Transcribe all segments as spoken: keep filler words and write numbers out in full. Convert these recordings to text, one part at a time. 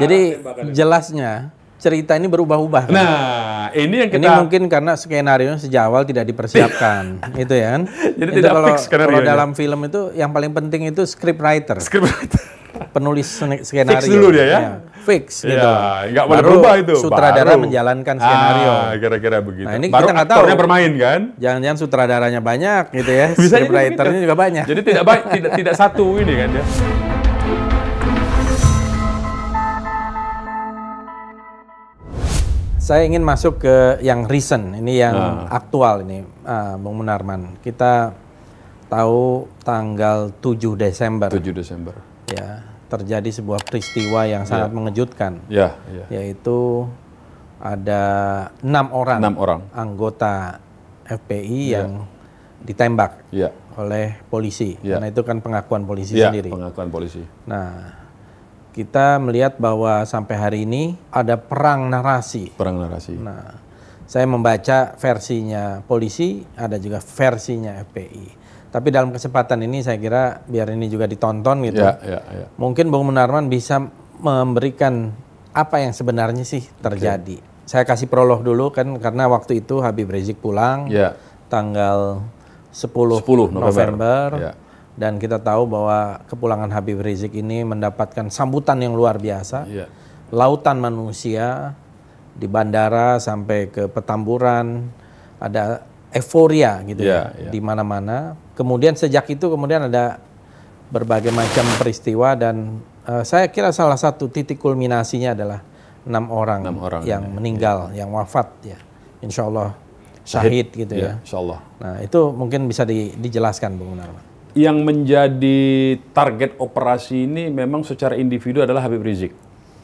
Jadi jelasnya cerita ini berubah-ubah. Kan? Nah, ini yang kita... Ini mungkin karena skenario sejak awal tidak dipersiapkan, itu ya kan? Jadi itu tidak kalau, fix skenario. Kalau dalam film itu yang paling penting itu scriptwriter. Scriptwriter. Penulis skenario. Fix dulu dia ya? Ya fix gitu. Ya, nggak boleh baru berubah itu. Sutradara baru. menjalankan skenario. Ah, kira-kira begitu. Nah, ini baru kita nggak tahu. aktornya bermain kan? Jangan-jangan sutradaranya banyak gitu ya. Bisa Scriptwriternya juga banyak. Jadi tidak baik, tidak tidak satu ini kan ya. Saya ingin masuk ke yang recent, ini yang nah. aktual ini, uh, Bung Munarman. Kita tahu tanggal tujuh Desember. tujuh Desember. Ya, terjadi sebuah peristiwa yang sangat ya. mengejutkan. Ya, ya. Yaitu ada enam orang, enam orang anggota F P I ya. yang ditembak ya. oleh polisi. Ya. Karena itu kan pengakuan polisi ya, sendiri. pengakuan polisi. Nah, kita melihat bahwa sampai hari ini ada perang narasi. Perang narasi. Nah, saya membaca versinya polisi, ada juga versinya F P I. Tapi dalam kesempatan ini saya kira biar ini juga ditonton gitu. Ya, ya, ya. Mungkin Bung Munarman bisa memberikan apa yang sebenarnya sih terjadi. Okay. Saya kasih prolog dulu kan karena waktu itu Habib Rizik pulang ya. tanggal sepuluh November. November ya. Dan kita tahu bahwa kepulangan Habib Rizik ini mendapatkan sambutan yang luar biasa. Yeah. Lautan manusia di bandara sampai ke Petamburan, ada euforia gitu yeah, ya yeah. di mana-mana. Kemudian sejak itu kemudian ada berbagai macam peristiwa dan uh, saya kira salah satu titik kulminasinya adalah enam orang, enam orang yang ya, meninggal, ya. yang wafat ya. Insya Allah syahid, syahid gitu ya. ya. Insya Allah. Nah itu mungkin bisa di, dijelaskan Bung Munarman. Yang menjadi target operasi ini memang secara individu adalah Habib Rizik.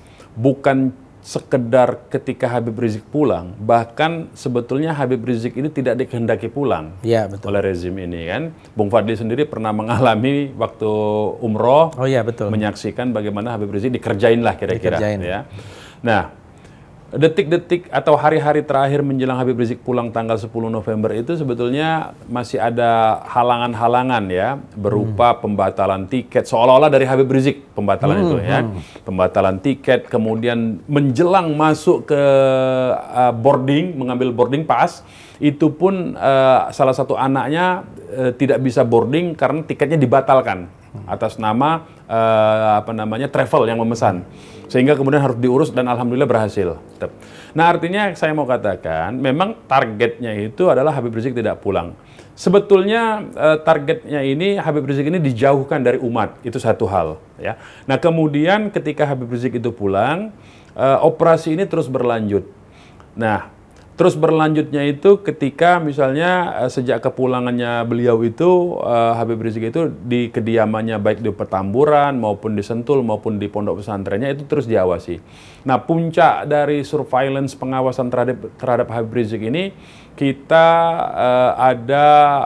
Bukan sekedar ketika Habib Rizik pulang, bahkan sebetulnya Habib Rizik ini tidak dikehendaki pulang ya, betul. oleh rezim ini kan. Bung Fadli sendiri pernah mengalami waktu umroh, oh, ya, betul. menyaksikan bagaimana Habib Rizik dikerjain lah kira-kira. Dikerjain. Ya. Nah, detik-detik atau hari-hari terakhir menjelang Habib Rizik pulang tanggal sepuluh November itu sebetulnya masih ada halangan-halangan ya berupa hmm. pembatalan tiket seolah-olah dari Habib Rizik pembatalan hmm, itu ya hmm. pembatalan tiket kemudian menjelang masuk ke uh, boarding mengambil boarding pass itu pun uh, salah satu anaknya uh, tidak bisa boarding karena tiketnya dibatalkan hmm. atas nama uh, apa namanya travel yang memesan. Sehingga kemudian harus diurus dan alhamdulillah berhasil. Nah artinya saya mau katakan memang targetnya itu adalah Habib Rizik tidak pulang. Sebetulnya eh, targetnya ini Habib Rizik ini dijauhkan dari umat, itu satu hal. Ya. Nah kemudian ketika Habib Rizik itu pulang, eh, operasi ini terus berlanjut. Nah terus berlanjutnya itu ketika misalnya uh, sejak kepulangannya beliau itu uh, Habib Rizik itu di kediamannya baik di Petamburan maupun di Sentul maupun di pondok pesantrennya itu terus diawasi. Nah puncak dari surveillance pengawasan terhadap terhadap Habib Rizik ini kita uh, ada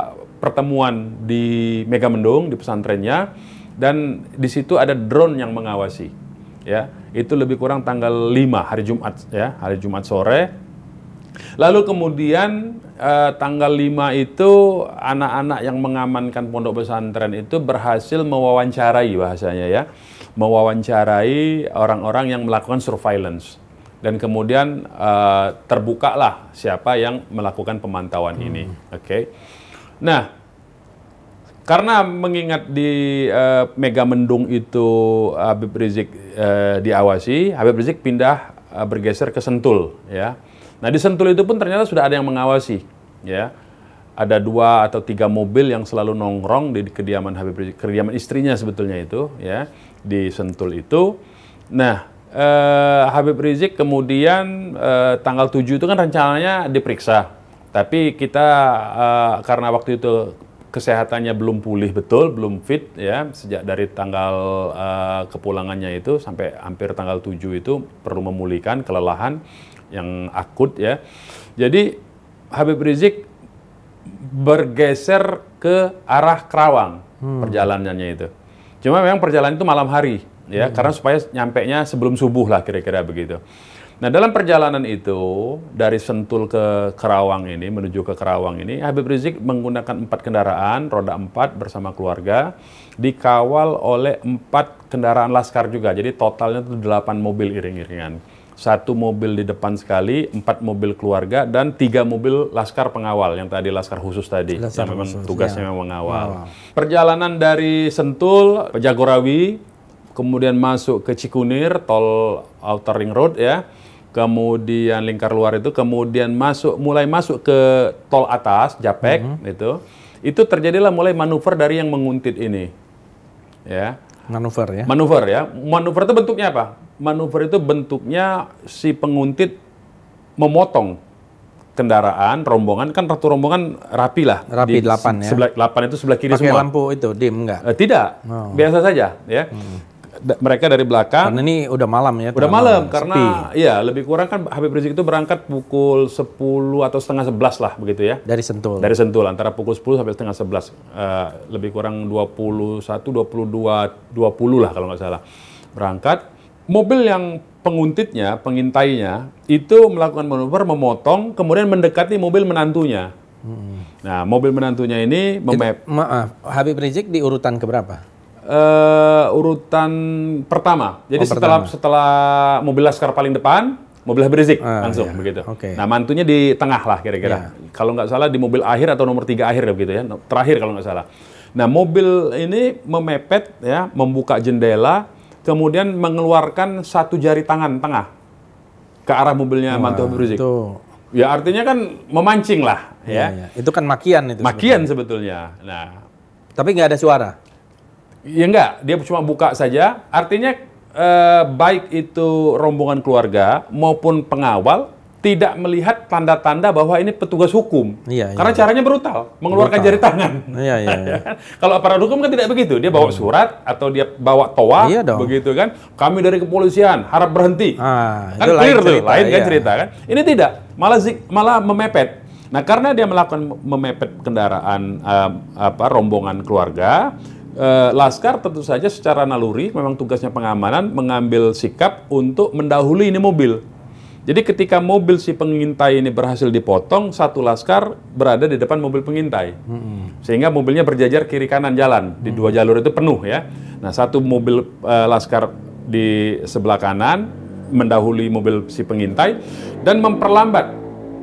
pertemuan di Megamendung di pesantrennya dan di situ ada drone yang mengawasi. Ya, itu lebih kurang tanggal lima hari Jumat ya, hari Jumat sore. Lalu kemudian eh, tanggal lima itu anak-anak yang mengamankan pondok pesantren itu berhasil mewawancarai bahasanya ya, mewawancarai orang-orang yang melakukan surveillance dan kemudian eh, terbukalah siapa yang melakukan pemantauan hmm. ini. Oke, okay. Nah karena mengingat di eh, Megamendung itu Habib Rizik eh, diawasi, Habib Rizik pindah eh, bergeser ke Sentul ya. Nah di Sentul itu pun ternyata sudah ada yang mengawasi, ya. Ada dua atau tiga mobil yang selalu nongkrong di kediaman Habib Rizik, kediaman istrinya sebetulnya itu, ya, di Sentul itu. Nah eh, Habib Rizik kemudian eh, tanggal tujuh itu kan rencananya diperiksa, tapi kita eh, karena waktu itu kesehatannya belum pulih betul, belum fit, ya, sejak dari tanggal uh, kepulangannya itu sampai hampir tanggal tujuh itu perlu memulihkan kelelahan yang akut, ya. Jadi Habib Rizik bergeser ke arah Kerawang hmm. perjalanannya itu. Cuma memang perjalanan itu malam hari, ya, hmm. karena supaya nyampenya sebelum subuh lah kira-kira begitu. Nah, dalam perjalanan itu, dari Sentul ke Kerawang ini, menuju ke Kerawang ini, Habib Rizik menggunakan empat kendaraan, roda empat bersama keluarga, dikawal oleh empat kendaraan laskar juga. Jadi totalnya itu delapan mobil iring-iringan. Satu mobil di depan sekali, empat mobil keluarga, dan tiga mobil laskar pengawal, yang tadi laskar khusus tadi, laskar yang memang khusus, tugasnya ya. memang mengawal. Wow. Perjalanan dari Sentul, Jagorawi, kemudian masuk ke Cikunir, tol Outer Ring Road ya, kemudian lingkar luar itu, kemudian masuk, mulai masuk ke tol atas, Japek, mm-hmm. itu, itu terjadilah mulai manuver dari yang menguntit ini, ya. Manuver ya? Manuver ya. Manuver itu bentuknya apa? Manuver itu bentuknya si penguntit memotong kendaraan, rombongan, kan satu rombongan rapi lah. Rapi di, delapan ya? Sebelah, delapan itu sebelah kiri Pakai semua. Pakai lampu itu, dim enggak? Uh, tidak, oh. biasa saja ya. Hmm. Mereka dari belakang. Karena ini udah malam ya? Udah malam, karena ya lebih kurang kan Habib Rizik itu berangkat pukul sepuluh atau setengah sebelas lah begitu ya. Dari Sentul? Dari Sentul, antara pukul sepuluh sampai setengah sebelas. Uh, lebih kurang dua puluh satu, dua puluh dua, dua puluh lah kalau nggak salah. Berangkat, mobil yang penguntitnya, pengintainya, itu melakukan manuver, memotong, kemudian mendekati mobil menantunya. Hmm. Nah, mobil menantunya ini memep. Maaf, Habib Rizik di urutan keberapa? Uh, urutan pertama. Jadi oh, setelah pertama. setelah mobil laskar paling depan, mobil Habib Rizik ah, langsung iya. begitu. Okay. Nah, mantunya di tengah lah kira-kira. Yeah. Kalau nggak salah di mobil akhir atau nomor tiga akhir begitu ya. Terakhir kalau nggak salah. Nah, mobil ini memepet ya, membuka jendela, kemudian mengeluarkan satu jari tangan tengah ke arah mobilnya Wah, mantu Habib Rizik. Itu. Ya artinya kan memancing lah ya. ya, ya. Itu kan makian itu. Makian sebetulnya. sebetulnya. Nah, tapi nggak ada suara. Ya enggak, dia cuma buka saja. Artinya eh, baik itu rombongan keluarga maupun pengawal tidak melihat tanda-tanda bahwa ini petugas hukum. Iya, Karena iya. caranya brutal, mengeluarkan brutal. jari tangan. Iya, iya, iya. Kalau aparat hukum kan tidak begitu. Dia bawa surat atau dia bawa toa, iya begitu kan. Kami dari kepolisian harap berhenti. Ah, kan clear tuh, lain iya. kan cerita kan. Ini tidak, malah zik, malah memepet. Nah, karena dia melakukan memepet kendaraan uh, apa rombongan keluarga, Uh, Laskar tentu saja secara naluri, memang tugasnya pengamanan, mengambil sikap untuk mendahului ini mobil. Jadi ketika mobil si pengintai ini berhasil dipotong, satu Laskar berada di depan mobil pengintai. Hmm. Sehingga mobilnya berjajar kiri kanan jalan, di dua jalur itu penuh ya. Nah, satu mobil uh, Laskar di sebelah kanan, mendahului mobil si pengintai, dan memperlambat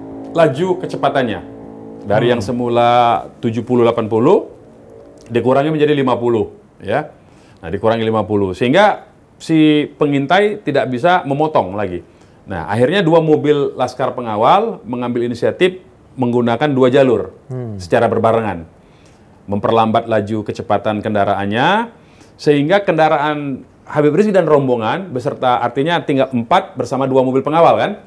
laju kecepatannya. Dari hmm. yang semula tujuh puluh delapan puluh, dikurangi menjadi lima puluh ya. Nah, dikurangi lima puluh sehingga si pengintai tidak bisa memotong lagi. Nah, akhirnya dua mobil laskar pengawal mengambil inisiatif menggunakan dua jalur hmm. secara berbarengan. Memperlambat laju kecepatan kendaraannya sehingga kendaraan Habib Rizik dan rombongan beserta artinya tinggal empat bersama dua mobil pengawal kan.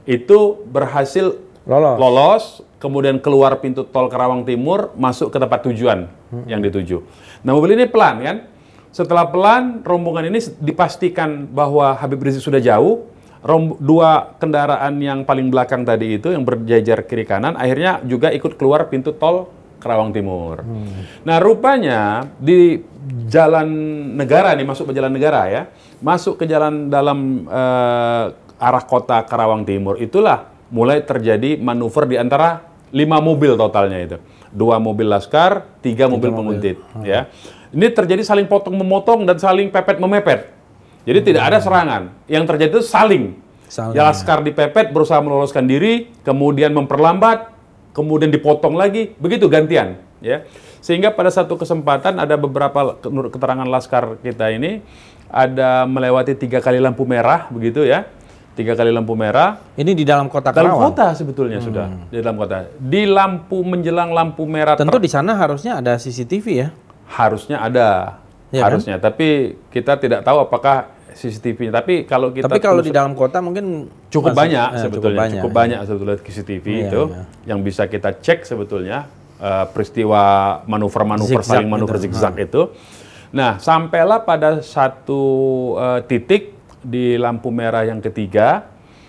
Itu berhasil lolos, lolos kemudian keluar pintu tol Kerawang Timur, masuk ke tempat tujuan hmm. yang dituju. Nah, mobil ini pelan kan? Setelah pelan, rombongan ini dipastikan bahwa Habib Rizik sudah jauh. Rom dua kendaraan yang paling belakang tadi itu, yang berjajar kiri kanan, akhirnya juga ikut keluar pintu tol Kerawang Timur. Hmm. Nah, rupanya di jalan negara nih, masuk ke jalan negara ya, masuk ke jalan dalam uh, arah kota Kerawang Timur, itulah mulai terjadi manuver di antara lima mobil totalnya itu. Dua mobil laskar, tiga, tiga mobil penguntit. Hmm. Ya. Ini terjadi saling potong-memotong dan saling pepet-memepet. Jadi hmm. tidak ada serangan. Yang terjadi itu saling. saling ya, laskar dipepet, berusaha meloloskan diri, kemudian memperlambat, kemudian dipotong lagi, begitu gantian. Ya. Sehingga pada satu kesempatan ada beberapa keterangan laskar kita ini, ada melewati tiga kali lampu merah, begitu ya. Tiga kali lampu merah. Ini di dalam kota Kerawang? Dalam kota sebetulnya hmm. sudah. Di dalam kota. Di lampu menjelang lampu merah. Tentu di sana harusnya ada C C T V ya? Harusnya ada. Ya, harusnya. Kan? Tapi kita tidak tahu apakah C C T V-nya. Tapi kalau kita... Tapi kalau di dalam kota mungkin... Cukup masih, banyak eh, sebetulnya. Cukup banyak, cukup banyak ya. sebetulnya C C T V ya, itu. Ya. Yang bisa kita cek sebetulnya. Uh, peristiwa manuver-manuver, saling manuver itu. zigzag hmm. itu. Nah, sampailah pada satu uh, titik di lampu merah yang ketiga,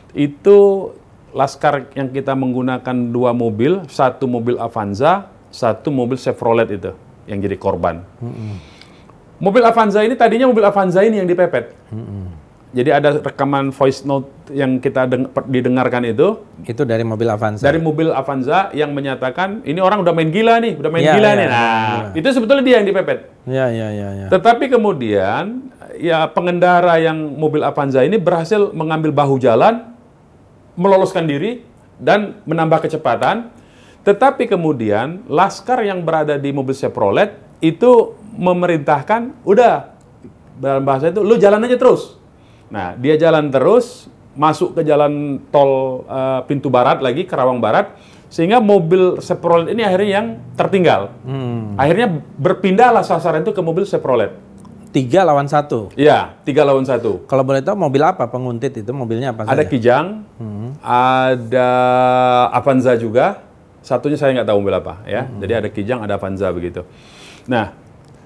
itu laskar yang kita menggunakan dua mobil, satu mobil Avanza, satu mobil Chevrolet itu yang jadi korban. Mm-hmm. Mobil Avanza ini tadinya mobil Avanza ini yang dipepet. Mm-hmm. Jadi ada rekaman voice note yang kita deng didengarkan itu. Itu dari mobil Avanza. Dari mobil Avanza yang menyatakan ini orang udah main gila nih, udah main ya, gila ya, nih. Nah, ya. Itu sebetulnya dia yang dipepet. Ya, ya, ya, ya. Tetapi kemudian ya pengendara yang mobil Avanza ini berhasil mengambil bahu jalan, meloloskan diri dan menambah kecepatan. Tetapi kemudian Laskar yang berada di mobil Chevrolet itu memerintahkan, udah dalam bahasa itu, lu jalan aja terus. Nah, dia jalan terus, masuk ke jalan tol uh, pintu barat lagi, Karawang Barat, sehingga mobil Chevrolet ini akhirnya yang tertinggal. Hmm. Akhirnya berpindahlah sasaran itu ke mobil Chevrolet. Tiga lawan satu? Iya, tiga lawan satu. Kalau boleh tahu mobil apa penguntit itu? Mobilnya apa ada saja? Kijang, hmm. ada Avanza juga, satunya saya nggak tahu mobil apa. ya. Hmm. Jadi ada Kijang, ada Avanza begitu. Nah,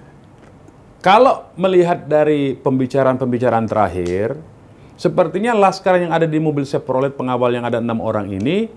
kalau melihat dari pembicaraan-pembicaraan terakhir, sepertinya Laskar yang ada di mobil Chevrolet pengawal yang ada enam orang ini,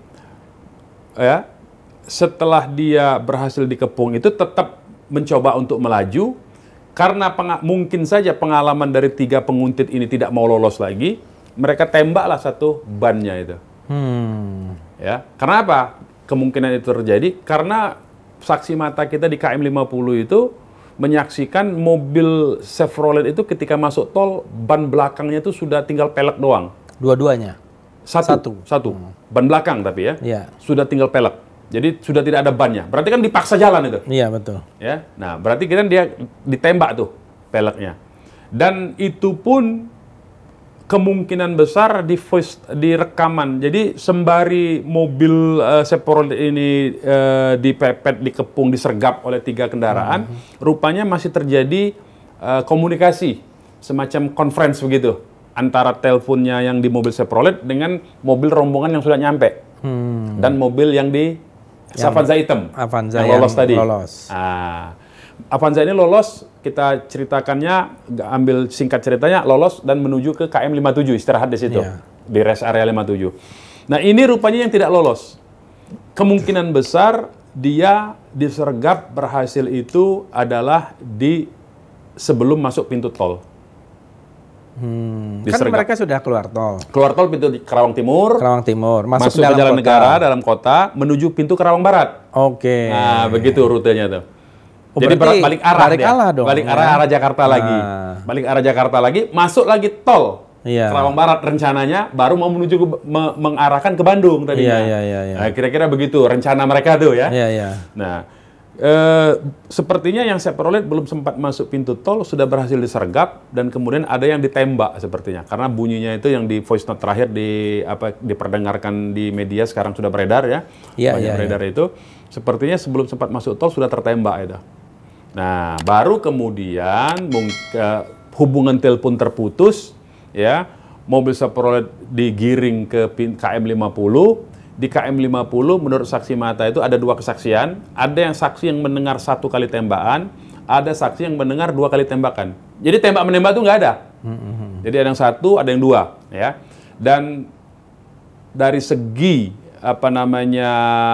ya, setelah dia berhasil dikepung itu tetap mencoba untuk melaju, karena mungkin saja pengalaman dari tiga penguntit ini tidak mau lolos lagi, mereka tembaklah satu bannya itu. Hmm. Ya, karena apa? Kemungkinan itu terjadi karena saksi mata kita di K M lima puluh itu menyaksikan mobil Chevrolet itu ketika masuk tol, ban belakangnya itu sudah tinggal pelek doang. Dua-duanya? Satu. Satu. Satu. Hmm. Ban belakang tapi ya. Ya. Sudah tinggal pelek. Jadi sudah tidak ada bannya. Berarti kan dipaksa jalan itu. Iya, betul. Ya. Nah, berarti kan dia ditembak tuh peleknya. Dan itu pun kemungkinan besar di voice, di rekaman. Jadi sembari mobil uh, Chevrolet ini uh, dipepet, dikepung, disergap oleh tiga kendaraan, hmm. rupanya masih terjadi uh, komunikasi, semacam conference begitu, antara teleponnya yang di mobil Chevrolet dengan mobil rombongan yang sudah nyampe, hmm. dan mobil yang di yang Avanza hitam, Avanza yang lolos yang tadi. Lolos. Ah. Avanza ini lolos, kita ceritakannya, ambil singkat ceritanya, lolos dan menuju ke K M lima puluh tujuh, istirahat di situ, yeah. di rest area lima puluh tujuh. Nah, ini rupanya yang tidak lolos. Kemungkinan besar dia disergap berhasil itu adalah di sebelum masuk pintu tol. Hmm, kan mereka sudah keluar tol. Keluar tol pintu di Karawang Timur. Karawang Timur, masuk, masuk ke, dalam ke jalan kota. negara, dalam kota, menuju pintu Karawang Barat. Oke. Okay. Nah, begitu rutenya tuh. Oh, jadi balik arah balik dia. Arah dong, balik ya? arah arah Jakarta nah. lagi. Balik arah Jakarta lagi, masuk lagi tol. Iya. Karawang Barat rencananya baru mau menuju ke, me, mengarahkan ke Bandung tadinya. Iya, iya, iya, iya. Nah, kira-kira begitu rencana mereka tuh ya. Iya, iya. Nah, eh, sepertinya yang Chevrolet belum sempat masuk pintu tol sudah berhasil disergap dan kemudian ada yang ditembak sepertinya. Karena bunyinya itu yang di voice note terakhir di apa diperdengarkan di media sekarang sudah beredar ya. Iya, banyak iya, beredar iya. itu sepertinya sebelum sempat masuk tol sudah tertembak itu. Nah, baru kemudian uh, hubungan telepon terputus, ya, mobil Chevrolet digiring ke K M lima puluh. Di K M lima puluh, menurut saksi mata itu ada dua kesaksian. Ada yang saksi yang mendengar satu kali tembakan, ada saksi yang mendengar dua kali tembakan. Jadi tembak menembak itu nggak ada. Mm-hmm. Jadi ada yang satu, ada yang dua, ya. Dan dari segi apa namanya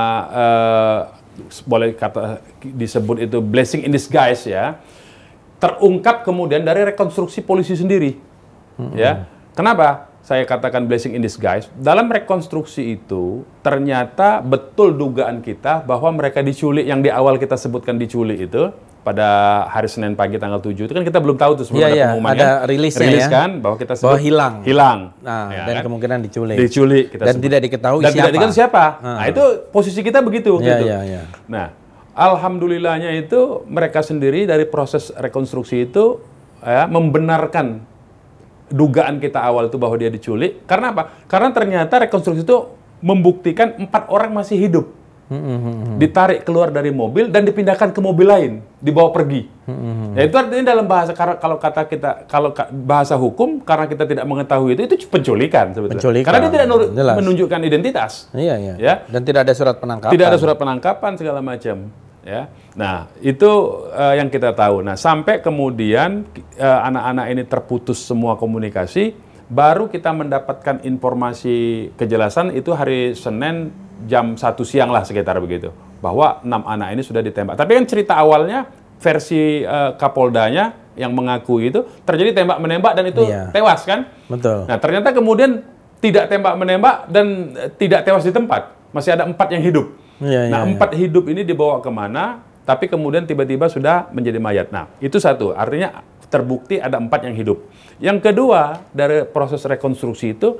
uh, boleh kata disebut itu blessing in disguise ya, terungkap kemudian dari rekonstruksi polisi sendiri. Mm-hmm. Ya, kenapa saya katakan blessing in disguise? Dalam rekonstruksi itu ternyata betul dugaan kita bahwa mereka diculik, yang di awal kita sebutkan diculik itu pada hari Senin pagi tanggal tujuh itu kan kita belum tahu tuh sebelum ya, ada ya, pengumuman ada kan, rilisnya rilis ya, kan bahwa kita sebut bahwa hilang, hilang, nah, ya, dan kan? kemungkinan diculik, diculik kita dan sebut. tidak diketahui dan siapa, tidak diketahui siapa. Hmm. Nah itu posisi kita begitu. Ya, gitu. ya, ya. Nah, alhamdulillahnya itu mereka sendiri dari proses rekonstruksi itu ya, membenarkan dugaan kita awal itu bahwa dia diculik. Karena apa? Karena ternyata rekonstruksi itu membuktikan empat orang masih hidup. Mm-hmm. Ditarik keluar dari mobil dan dipindahkan ke mobil lain, dibawa pergi. Mm-hmm. Ya, itu artinya dalam bahasa, kalau kata kita, kalau bahasa hukum, karena kita tidak mengetahui itu, itu penculikan sebetulnya. Penculikan. Karena dia tidak Jelas. menunjukkan identitas. Iya, iya. Ya? Dan tidak ada surat penangkapan. Tidak ada surat penangkapan segala macam. Ya, nah itu uh, yang kita tahu. Nah, sampai kemudian uh, anak-anak ini terputus semua komunikasi, baru kita mendapatkan informasi kejelasan itu hari Senin jam satu siang lah sekitar begitu, bahwa enam anak ini sudah ditembak. Tapi kan cerita awalnya versi uh, Kapoldanya yang mengakui itu terjadi tembak menembak dan itu iya. tewas kan? Betul. Nah ternyata kemudian tidak tembak menembak dan tidak tewas di tempat, masih ada empat yang hidup. Iya, nah iya, empat iya. hidup ini dibawa kemana? Tapi kemudian tiba-tiba sudah menjadi mayat. Nah itu satu, artinya terbukti ada empat yang hidup. Yang kedua dari proses rekonstruksi itu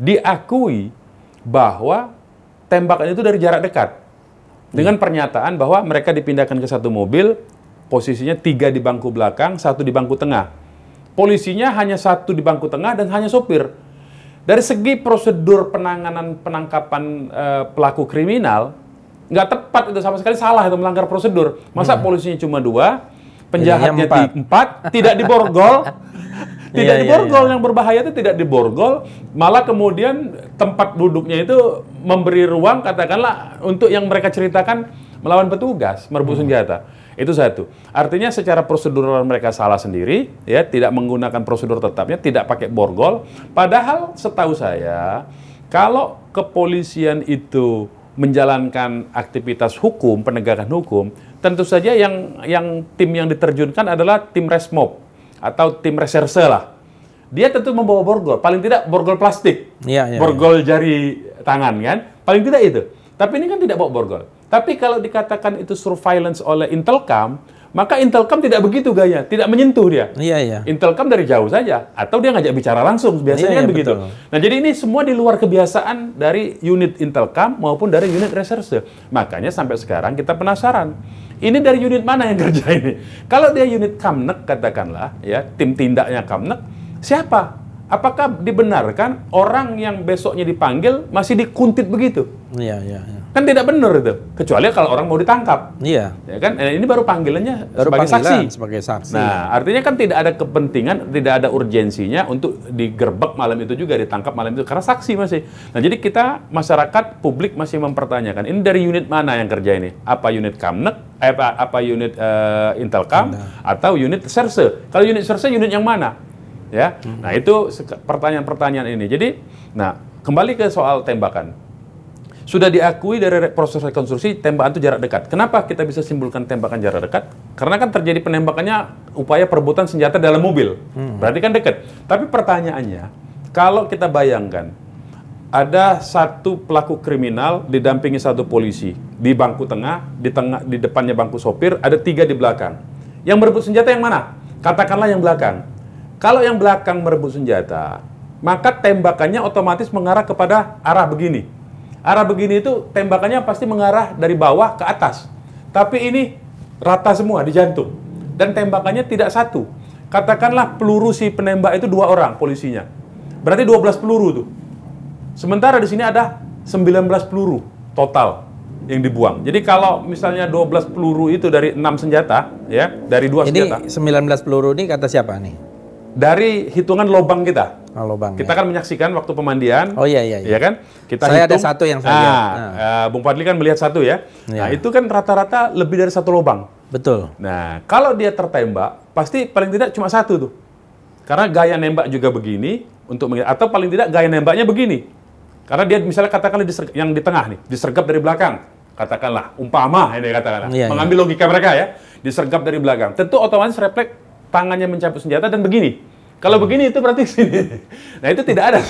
diakui bahwa tembakan itu dari jarak dekat. Dengan pernyataan bahwa mereka dipindahkan ke satu mobil, posisinya tiga di bangku belakang, satu di bangku tengah. Polisinya hanya satu di bangku tengah dan hanya sopir. Dari segi prosedur penanganan penangkapan uh, pelaku kriminal, nggak tepat itu, sama sekali salah itu, melanggar prosedur. Masa hmm. polisinya cuma dua, penjahatnya empat. empat, tidak diborgol. Tidak iya, diborgol, iya, iya. Yang berbahaya itu tidak diborgol, malah kemudian tempat duduknya itu memberi ruang, katakanlah, untuk yang mereka ceritakan melawan petugas, merebut hmm. senjata. Itu satu. Artinya secara prosedural mereka salah sendiri, ya, tidak menggunakan prosedur tetapnya, tidak pakai borgol. Padahal setahu saya, kalau kepolisian itu menjalankan aktivitas hukum, penegakan hukum, tentu saja yang yang tim yang diterjunkan adalah tim resmob atau tim reserse lah. Dia tentu membawa borgol, paling tidak borgol plastik, ya, ya, borgol ya. jari tangan kan, paling tidak itu. Tapi ini kan tidak bawa borgol. Tapi kalau dikatakan itu surveillance oleh Intelcam, maka Intelcam tidak begitu gaya, tidak menyentuh dia. Iya, iya. Intelcam dari jauh saja, atau dia ngajak bicara langsung, biasanya iya, kan iya, begitu. Betul. Nah jadi ini semua di luar kebiasaan dari unit Intelcam maupun dari unit reserse. Makanya sampai sekarang kita penasaran. Ini dari unit mana yang kerja ini? Kalau dia unit Kamnek katakanlah, ya tim tindaknya Kamnek, siapa? Apakah dibenarkan orang yang besoknya dipanggil masih dikuntit begitu? Iya, iya, iya. Kan tidak benar itu. Kecuali kalau orang mau ditangkap. Iya. Ya kan? Ini baru panggilannya baru sebagai saksi. Sebagai saksi. Nah, artinya kan tidak ada kepentingan, tidak ada urgensinya untuk digerebek malam itu juga, ditangkap malam itu karena saksi masih. Nah, jadi kita masyarakat publik masih mempertanyakan, ini dari unit mana yang kerja ini? Apa unit Kamnek? Eh, apa, apa unit uh, Intelcam? Nah. Atau unit reserse? Kalau unit reserse unit yang mana? Ya. Hmm. Nah, itu pertanyaan-pertanyaan ini. Jadi, nah, kembali ke soal tembakan. Sudah diakui dari proses rekonstruksi tembakan itu jarak dekat. Kenapa kita bisa simpulkan tembakan jarak dekat? Karena kan terjadi penembakannya upaya perebutan senjata dalam mobil. Hmm. Berarti kan dekat. Tapi pertanyaannya, kalau kita bayangkan ada satu pelaku kriminal didampingi satu polisi di bangku tengah, di tengah di depannya bangku sopir, ada tiga di belakang. Yang merebut senjata yang mana? Katakanlah yang belakang. Kalau yang belakang merebut senjata, maka tembakannya otomatis mengarah kepada arah begini. Arah begini itu tembakannya pasti mengarah dari bawah ke atas. Tapi ini rata semua di jantung. Dan tembakannya tidak satu. Katakanlah peluru si penembak itu dua orang polisinya. Berarti dua belas peluru tuh. Sementara di sini ada sembilan belas peluru total yang dibuang. Jadi kalau misalnya dua belas peluru itu dari enam senjata, ya, dari dua senjata. Ini sembilan belas peluru ini kata siapa nih? Dari hitungan lobang kita. Oh, lobang, kita ya. kan menyaksikan waktu pemandian. Oh iya iya. Iya kan? Kita saya hitung, ada satu yang saya nah, lihat. Nah. Uh, Bung Fadli kan melihat satu ya. ya. Nah itu kan rata-rata lebih dari satu lobang. Betul. Nah kalau dia tertembak, pasti paling tidak cuma satu tuh. Karena gaya nembak juga begini untuk atau paling tidak gaya nembaknya begini. Karena dia misalnya katakanlah yang di tengah nih, disergap dari belakang. Katakanlah umpama ini katakanlah. Ya, mengambil ya. logika mereka ya, disergap dari belakang. Tentu otomatis refleks tangannya mencabut senjata dan begini. Kalau hmm. begini itu berarti sini. Nah itu tidak ada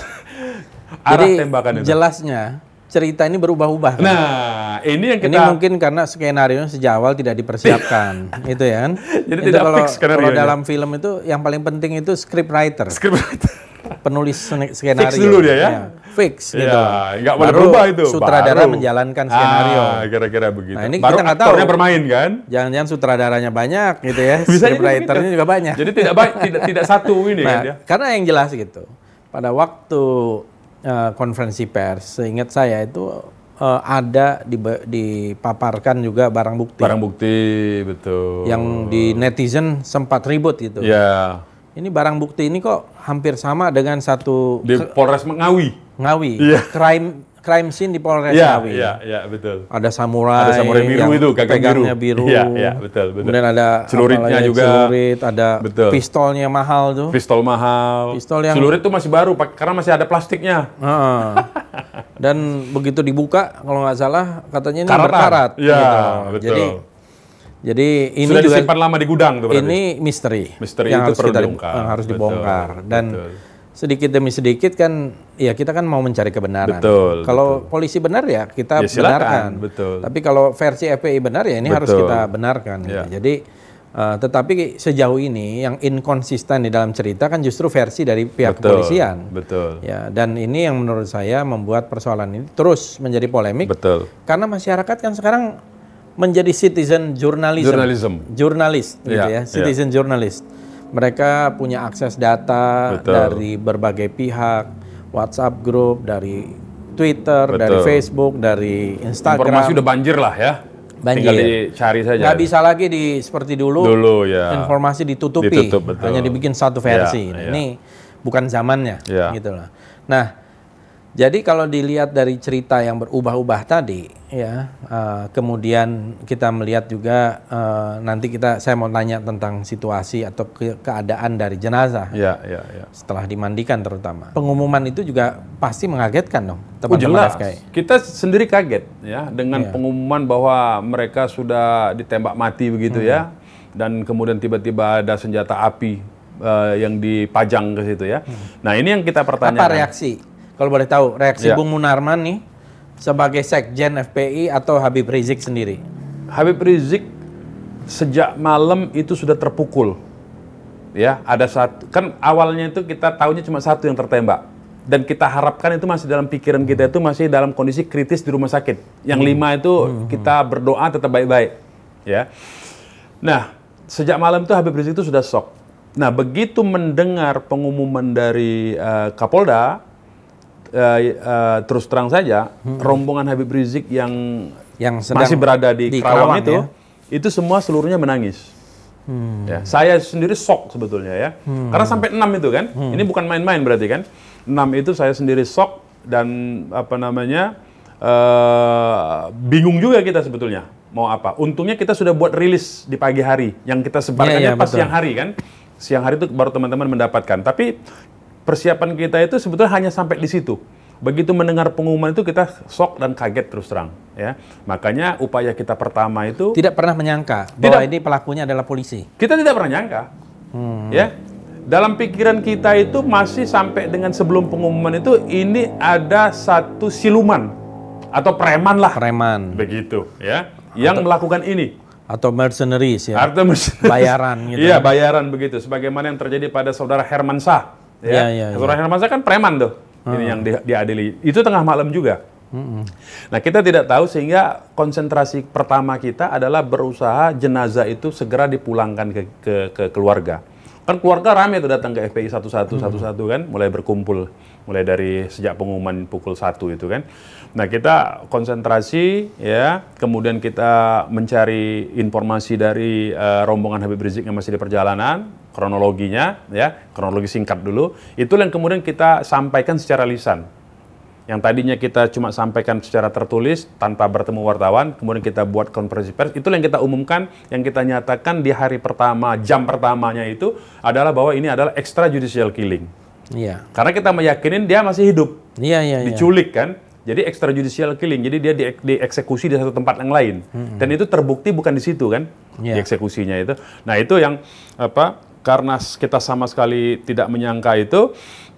arah Jadi, tembakan itu. Jelasnya cerita ini berubah-ubah. Nah ini yang kita. Ini mungkin karena skenario sejak awal tidak dipersiapkan, itu ya kan. Jadi itu tidak kalau, fix skenario. Kalau dalam film itu yang paling penting itu script writer. Script writer. Penulis skenario. Fix dulu dia ya. ya fix gitu. Ya, nggak boleh berubah itu. Sutradara Baru. menjalankan skenario. Ah, kira-kira begitu. Nah, ini baru kita nggak aktornya tahu. bermain kan? Jangan-jangan sutradaranya banyak gitu ya. Bisa Scriptwriternya juga banyak. Jadi tidak baik, tidak tidak satu ini nah, kan ya. Karena yang jelas gitu. Pada waktu uh, konferensi pers, seingat saya itu uh, ada di, dipaparkan juga barang bukti. Barang bukti, betul. Yang di netizen sempat ribut gitu. Ya. Ini barang bukti ini kok hampir sama dengan satu di Polres Ngawi. Ngawi. Ya. Crime crime scene di Polres ya, Ngawi. Iya, iya, betul. Ada samurai. Ada samurai biru itu, gagang biru. biru. Iya, iya, betul, betul. Kemudian ada celuritnya juga. Celurit, ada betul. Pistolnya mahal tuh. Pistol mahal. Pistol yang celurit itu masih baru karena masih ada plastiknya. Uh, dan begitu dibuka kalau nggak salah katanya ini Karatan. berkarat. Iya, gitu. betul. Jadi Jadi ini sudah juga disimpan lama di gudang tuh berarti. Ini misteri, misteri yang itu harus perlu kita dibongkar. harus Betul, dibongkar dan betul. sedikit demi sedikit kan ya kita kan mau mencari kebenaran. Betul, kalau betul. polisi benar ya kita Ya, silakan, benarkan. betul. Tapi kalau versi F P I benar ya ini Betul. harus kita benarkan. Ya. Gitu. Jadi uh, tetapi sejauh ini yang inkonsisten di dalam cerita kan justru versi dari pihak Betul, kepolisian. betul. Ya, dan ini yang menurut saya membuat persoalan ini terus menjadi polemik. Betul. Karena masyarakat kan sekarang menjadi citizen journalism. Journalism. Jurnalis gitu Ya, ya, citizen ya. journalist. Mereka punya akses data Betul. dari berbagai pihak, WhatsApp group, dari Twitter, Betul. dari Facebook, dari Instagram. Informasi udah banjir lah ya. Banjir. Tinggal dicari saja. Nggak bisa lagi di seperti dulu. Dulu ya. Informasi ditutupi, Ditutup, betul. hanya dibikin satu versi. Ya, Nah, ya. Ini bukan zamannya, Ya. gitu lah. Nah, jadi kalau dilihat dari cerita yang berubah-ubah tadi, ya, uh, kemudian kita melihat juga uh, nanti kita, saya mau tanya tentang situasi atau ke keadaan dari jenazah Ya, ya, ya. setelah dimandikan terutama. Pengumuman itu juga pasti mengagetkan dong, Oh, teman-teman jelas. F K I. Kita sendiri kaget ya dengan Iya. pengumuman bahwa mereka sudah ditembak mati begitu Hmm. ya, dan kemudian tiba-tiba ada senjata api uh, yang dipajang ke situ ya. Hmm. Nah ini yang kita pertanyakan. Apa reaksi? Kalau boleh tahu, reaksi Ya. Bung Munarman nih sebagai Sekjen F P I atau Habib Rizik sendiri? Habib Rizik sejak malam itu sudah terpukul. Ya, ada satu, kan awalnya itu kita tahunya cuma satu yang tertembak. Dan kita harapkan itu masih dalam pikiran kita itu masih dalam kondisi kritis di rumah sakit. Yang hmm. lima itu hmm. kita berdoa tetap baik-baik. Ya. Nah, sejak malam itu Habib Rizik itu sudah shock. Nah, begitu mendengar pengumuman dari uh, Kapolda, uh, uh, terus terang saja, hmm. rombongan Habib Rizik yang, yang sedang masih berada di, di Kerawang, Kerawang itu, ya? itu semua seluruhnya menangis. Hmm. Ya, saya sendiri shock sebetulnya ya, hmm. karena sampai enam itu kan, hmm. ini bukan main-main berarti kan, enam itu saya sendiri shock dan apa namanya uh, bingung juga kita sebetulnya mau apa. Untungnya kita sudah buat rilis di pagi hari, yang kita sebarkannya ya, ya, pas betul. siang hari kan, siang hari itu baru teman-teman mendapatkan. Tapi persiapan kita itu sebetulnya hanya sampai di situ. Begitu mendengar pengumuman itu kita shock dan kaget terus terang ya. Makanya upaya kita pertama itu tidak pernah menyangka Tidak. bahwa ini pelakunya adalah polisi. Kita tidak pernah nyangka. Hmm. Ya. Dalam pikiran kita itu masih sampai dengan sebelum pengumuman itu ini ada satu siluman atau preman lah. Preman. Begitu ya. Yang atau, melakukan ini. Atau mercenaries ya. Atau mercenaries. Bayaran gitu. Iya, bayaran begitu. Sebagaimana yang terjadi pada saudara Herman Shah. Ya. Ya, ya, saudara ya. Herman Shah kan preman tuh. Ini yang di, diadili. Itu tengah malam juga. Hmm. Nah, kita tidak tahu sehingga konsentrasi pertama kita adalah berusaha jenazah itu segera dipulangkan ke, ke, ke keluarga. Kan keluarga ramai tuh datang ke F P I satu-satu, hmm. satu-satu kan, mulai berkumpul. Mulai dari sejak pengumuman pukul satu itu kan. Nah, kita konsentrasi ya, kemudian kita mencari informasi dari uh, rombongan Habib Rizik yang masih di perjalanan, kronologinya ya, kronologi singkat dulu. Itu yang kemudian kita sampaikan secara lisan. Yang tadinya kita cuma sampaikan secara tertulis tanpa bertemu wartawan, kemudian kita buat konferensi pers. Itu yang kita umumkan, yang kita nyatakan di hari pertama, jam pertamanya itu adalah bahwa ini adalah extrajudicial killing. Iya. Karena kita meyakinin dia masih hidup. Iya, iya, diculik kan. Jadi extrajudicial killing. Jadi dia di, dieksekusi di satu tempat yang lain. Hmm. Dan itu terbukti bukan di situ kan. Yeah. Dieksekusinya itu. Nah, itu yang apa? Karena kita sama sekali tidak menyangka itu,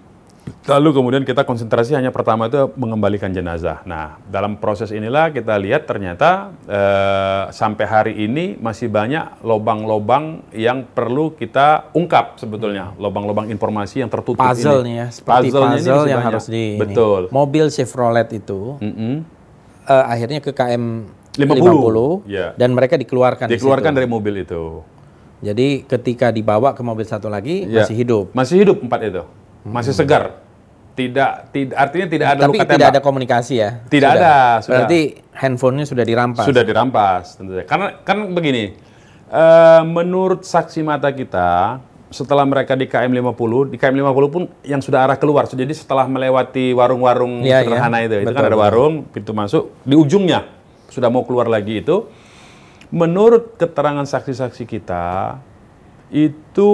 lalu kemudian kita konsentrasi hanya pertama itu mengembalikan jenazah. Nah, dalam proses inilah kita lihat ternyata eh, sampai hari ini masih banyak lobang-lobang yang perlu kita ungkap sebetulnya. Lobang-lobang informasi yang tertutup puzzle ini. nih ya, seperti puzzle yang banyak. harus di Betul. Ini. Mobil Chevrolet itu mm-hmm. uh, akhirnya ke K M lima puluh, lima puluh yeah. dan mereka dikeluarkan Dikeluarkan dari mobil itu. Jadi ketika dibawa ke mobil satu lagi yeah. masih hidup. Masih hidup empat itu. Masih hmm. segar. Tidak, tidak artinya tidak ada Tapi luka tembak. tidak ada komunikasi ya. Tidak sudah. ada. Sudah. Berarti handphonenya sudah dirampas. Sudah dirampas tentu saja. Karena kan begini, uh, menurut saksi mata kita, setelah mereka di K M lima puluh, di K M lima puluh pun yang sudah arah keluar. Jadi setelah melewati warung-warung ya, sederhana ya. itu, itu betul, kan ada warung, pintu masuk, di ujungnya sudah mau keluar lagi itu. Menurut keterangan saksi-saksi kita, itu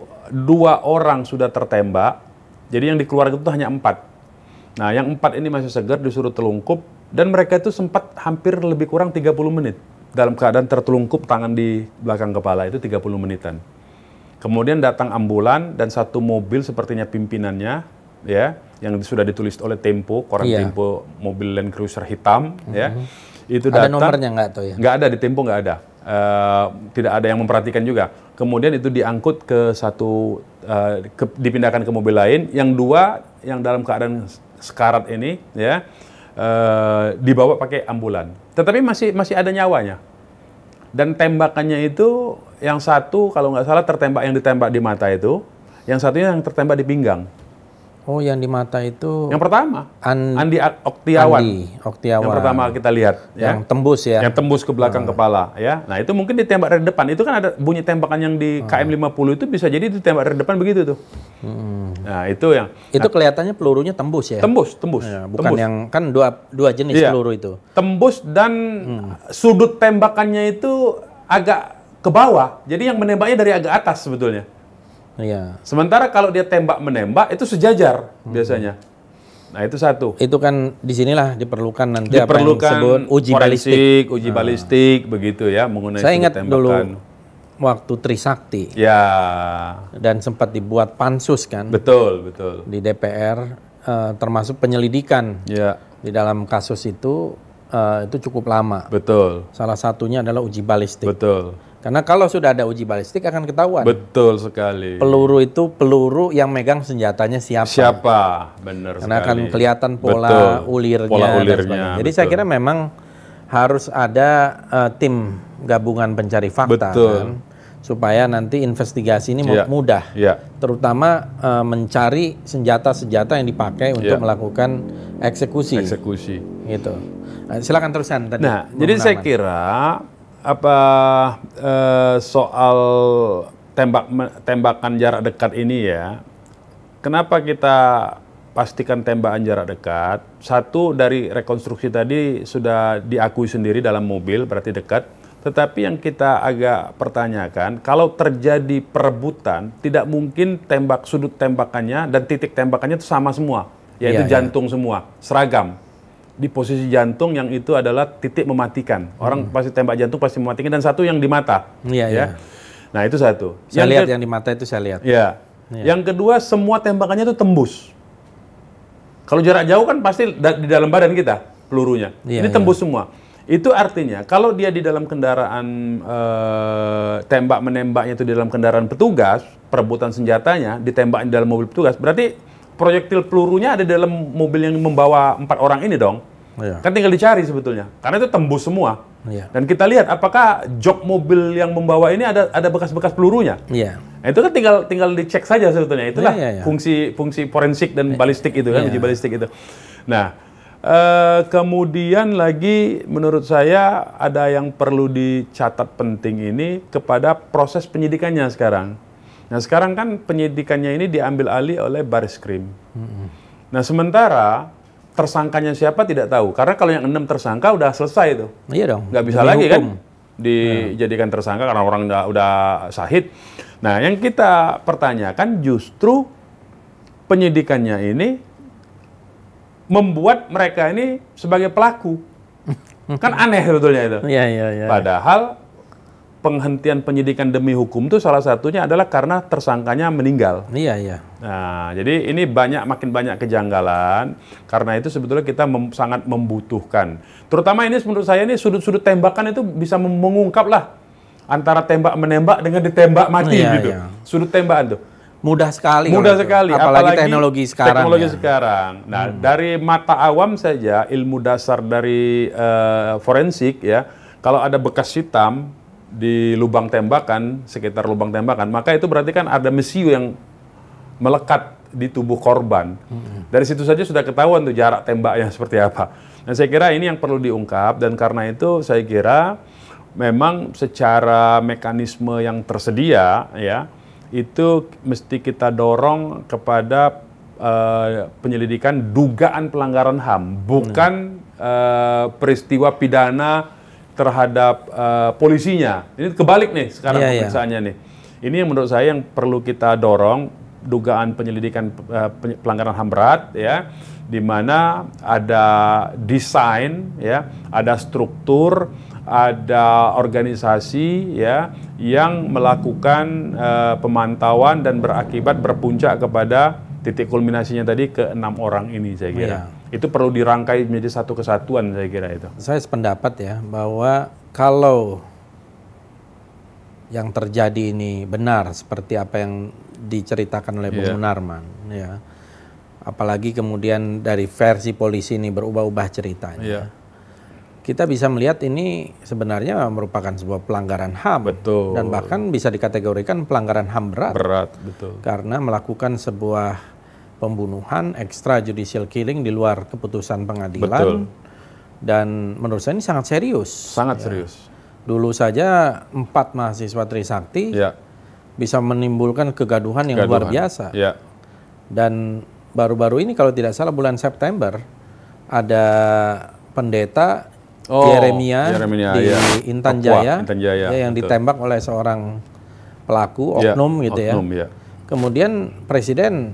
dua orang sudah tertembak. Jadi yang dikeluarkan itu hanya empat. Nah, yang empat ini masih segar, disuruh telungkup, dan mereka itu sempat hampir lebih kurang tiga puluh menit dalam keadaan tertelungkup tangan di belakang kepala, itu tiga puluh menitan. Kemudian datang ambulan dan satu mobil sepertinya pimpinannya, ya, yang sudah ditulis oleh Tempo, koran iya. Tempo, mobil Land Cruiser hitam, mm-hmm. ya. Itu ada datang. Nomornya nggak tuh ya? Nggak ada, di Tempo nggak ada. Uh, tidak ada yang memperhatikan juga. Kemudian itu diangkut ke satu, uh, ke, dipindahkan ke mobil lain. Yang dua, yang dalam keadaan sekarat ini, ya, uh, dibawa pakai ambulan. Tetapi masih masih ada nyawanya. Dan tembakannya itu, yang satu kalau nggak salah tertembak yang ditembak di mata itu, yang satunya yang tertembak di pinggang. Oh, yang di mata itu? Yang pertama, An Andi Oktiawan. Andi Oktiawan. Yang pertama kita lihat. Yang ya. tembus ya? Yang tembus ke belakang hmm. kepala. Ya. Nah itu mungkin ditembak dari depan. Itu kan ada bunyi tembakan yang di K M lima puluh itu bisa jadi ditembak dari depan begitu tuh. Hmm. Nah itu yang... Itu nah, kelihatannya pelurunya tembus ya? Tembus, tembus. Ya, bukan tembus. yang, kan dua, dua jenis iya. peluru itu. Tembus dan hmm. sudut tembakannya itu agak ke bawah. Jadi yang menembaknya dari agak atas sebetulnya. Iya. Sementara kalau dia tembak menembak itu sejajar hmm. biasanya. Nah itu satu. Itu kan disinilah diperlukan nanti diperlukan apa yang disebut uji forensik, balistik, uji balistik nah. begitu ya mengenai. Saya ingat tembakan. dulu waktu Trisakti. Ya. Dan sempat dibuat pansus kan. Betul betul. Di D P R uh, termasuk penyelidikan. Ya. Di dalam kasus itu uh, itu cukup lama. Betul. Salah satunya adalah uji balistik. Betul. Karena kalau sudah ada uji balistik akan ketahuan. Betul sekali. Peluru itu peluru yang megang senjatanya siapa. Siapa, benar sekali. Karena akan kelihatan pola betul. ulirnya. Pola ulirnya. Dan sebagainya. Jadi betul. Saya kira memang harus ada uh, tim gabungan pencari fakta kan, supaya nanti investigasi ini ya. mudah. Ya. Terutama uh, mencari senjata-senjata yang dipakai untuk ya. melakukan eksekusi. Eksekusi. Gitu. Nah, silakan teruskan tadi. Nah, jadi saya kira apa eh, soal tembak tembakan jarak dekat ini ya, kenapa kita pastikan tembakan jarak dekat? Satu, dari rekonstruksi tadi sudah diakui sendiri dalam mobil, berarti dekat. Tetapi yang kita agak pertanyakan, kalau terjadi perebutan, tidak mungkin tembak sudut tembakannya dan titik tembakannya itu sama semua, yaitu yeah, jantung yeah. semua, seragam. Di posisi jantung yang itu adalah titik mematikan. Orang hmm. pasti tembak jantung pasti mematikan, dan satu yang di mata. Iya, ya. ya. Nah, itu satu. Saya yang lihat yang di mata itu saya lihat. Ya. ya. Yang kedua, semua tembakannya itu tembus. Kalau jarak jauh kan pasti di dalam badan kita pelurunya. Ya, Ini tembus ya. semua. Itu artinya kalau dia di dalam kendaraan eh, tembak menembaknya itu di dalam kendaraan petugas, perebutan senjatanya ditembak di dalam mobil petugas, berarti proyektil pelurunya ada di dalam mobil yang membawa empat orang ini dong. Ya. Kan tinggal dicari sebetulnya. Karena itu tembus semua. Ya. Dan kita lihat apakah jok mobil yang membawa ini ada ada bekas-bekas pelurunya. Ya. Nah, itu kan tinggal tinggal dicek saja sebetulnya. Itulah ya, ya, ya. fungsi fungsi forensik dan balistik itu kan, ya. uji balistik itu. Nah, eh, kemudian lagi menurut saya ada yang perlu dicatat penting ini kepada proses penyidikannya sekarang. Nah sekarang kan penyidikannya ini diambil alih oleh Bareskrim. Mm-hmm. Nah sementara tersangkanya siapa tidak tahu. Karena kalau yang enam tersangka udah selesai itu. Iya dong. Nggak bisa lagi hukum. kan dijadikan tersangka karena orang udah, udah sahid. Nah yang kita pertanyakan justru penyidikannya ini membuat mereka ini sebagai pelaku. Kan aneh sebetulnya itu. Iya, iya, iya. Padahal penghentian penyidikan demi hukum itu salah satunya adalah karena tersangkanya meninggal. Iya, iya. Nah, jadi ini banyak makin banyak kejanggalan. Karena itu sebetulnya kita mem, sangat membutuhkan. Terutama ini menurut saya ini sudut-sudut tembakan itu bisa mengungkap lah antara tembak menembak dengan ditembak mati iya, gitu. Iya. Sudut tembakan tuh. Mudah sekali. Mudah sekali. Apalagi, apalagi teknologi sekarang. Teknologi ya. sekarang. Nah, hmm. dari mata awam saja ilmu dasar dari uh, forensik ya, kalau ada bekas hitam di lubang tembakan, sekitar lubang tembakan, maka itu berarti kan ada mesiu yang melekat di tubuh korban. Mm-hmm. Dari situ saja sudah ketahuan tuh jarak tembaknya seperti apa. Nah, saya kira ini yang perlu diungkap, dan karena itu saya kira memang secara mekanisme yang tersedia ya, itu mesti kita dorong kepada uh, penyelidikan dugaan pelanggaran H A M, bukan mm. uh, peristiwa pidana terhadap uh, polisinya. Ini kebalik nih sekarang yeah, pemeriksaannya yeah. nih. Ini yang menurut saya yang perlu kita dorong, dugaan penyelidikan uh, pelanggaran H A M berat ya, di mana ada desain ya, ada struktur, ada organisasi ya yang melakukan uh, pemantauan dan berakibat berpuncak kepada titik kulminasinya tadi ke enam orang ini, saya kira. Ya. Itu perlu dirangkai menjadi satu kesatuan, saya kira itu. Saya sependapat ya bahwa kalau yang terjadi ini benar seperti apa yang diceritakan oleh Bung yeah. Munarman, ya. Apalagi kemudian dari versi polisi ini berubah-ubah ceritanya. Yeah. Kita bisa melihat ini sebenarnya merupakan sebuah pelanggaran H A M. Betul. Dan bahkan bisa dikategorikan pelanggaran H A M berat. Berat, betul. Karena melakukan sebuah pembunuhan, extrajudicial killing di luar keputusan pengadilan. Betul. Dan menurut saya ini sangat serius. Sangat ya. serius. Dulu saja empat mahasiswa Trisakti ya. bisa menimbulkan kegaduhan yang kegaduhan. luar biasa. Ya. Dan baru-baru ini kalau tidak salah bulan September ada pendeta Oh, Yeremia, Yeremia di ya. Intan Jaya, Intan Jaya ya, yang betul. ditembak oleh seorang pelaku oknum ya, gitu oknum, ya. ya. Kemudian Presiden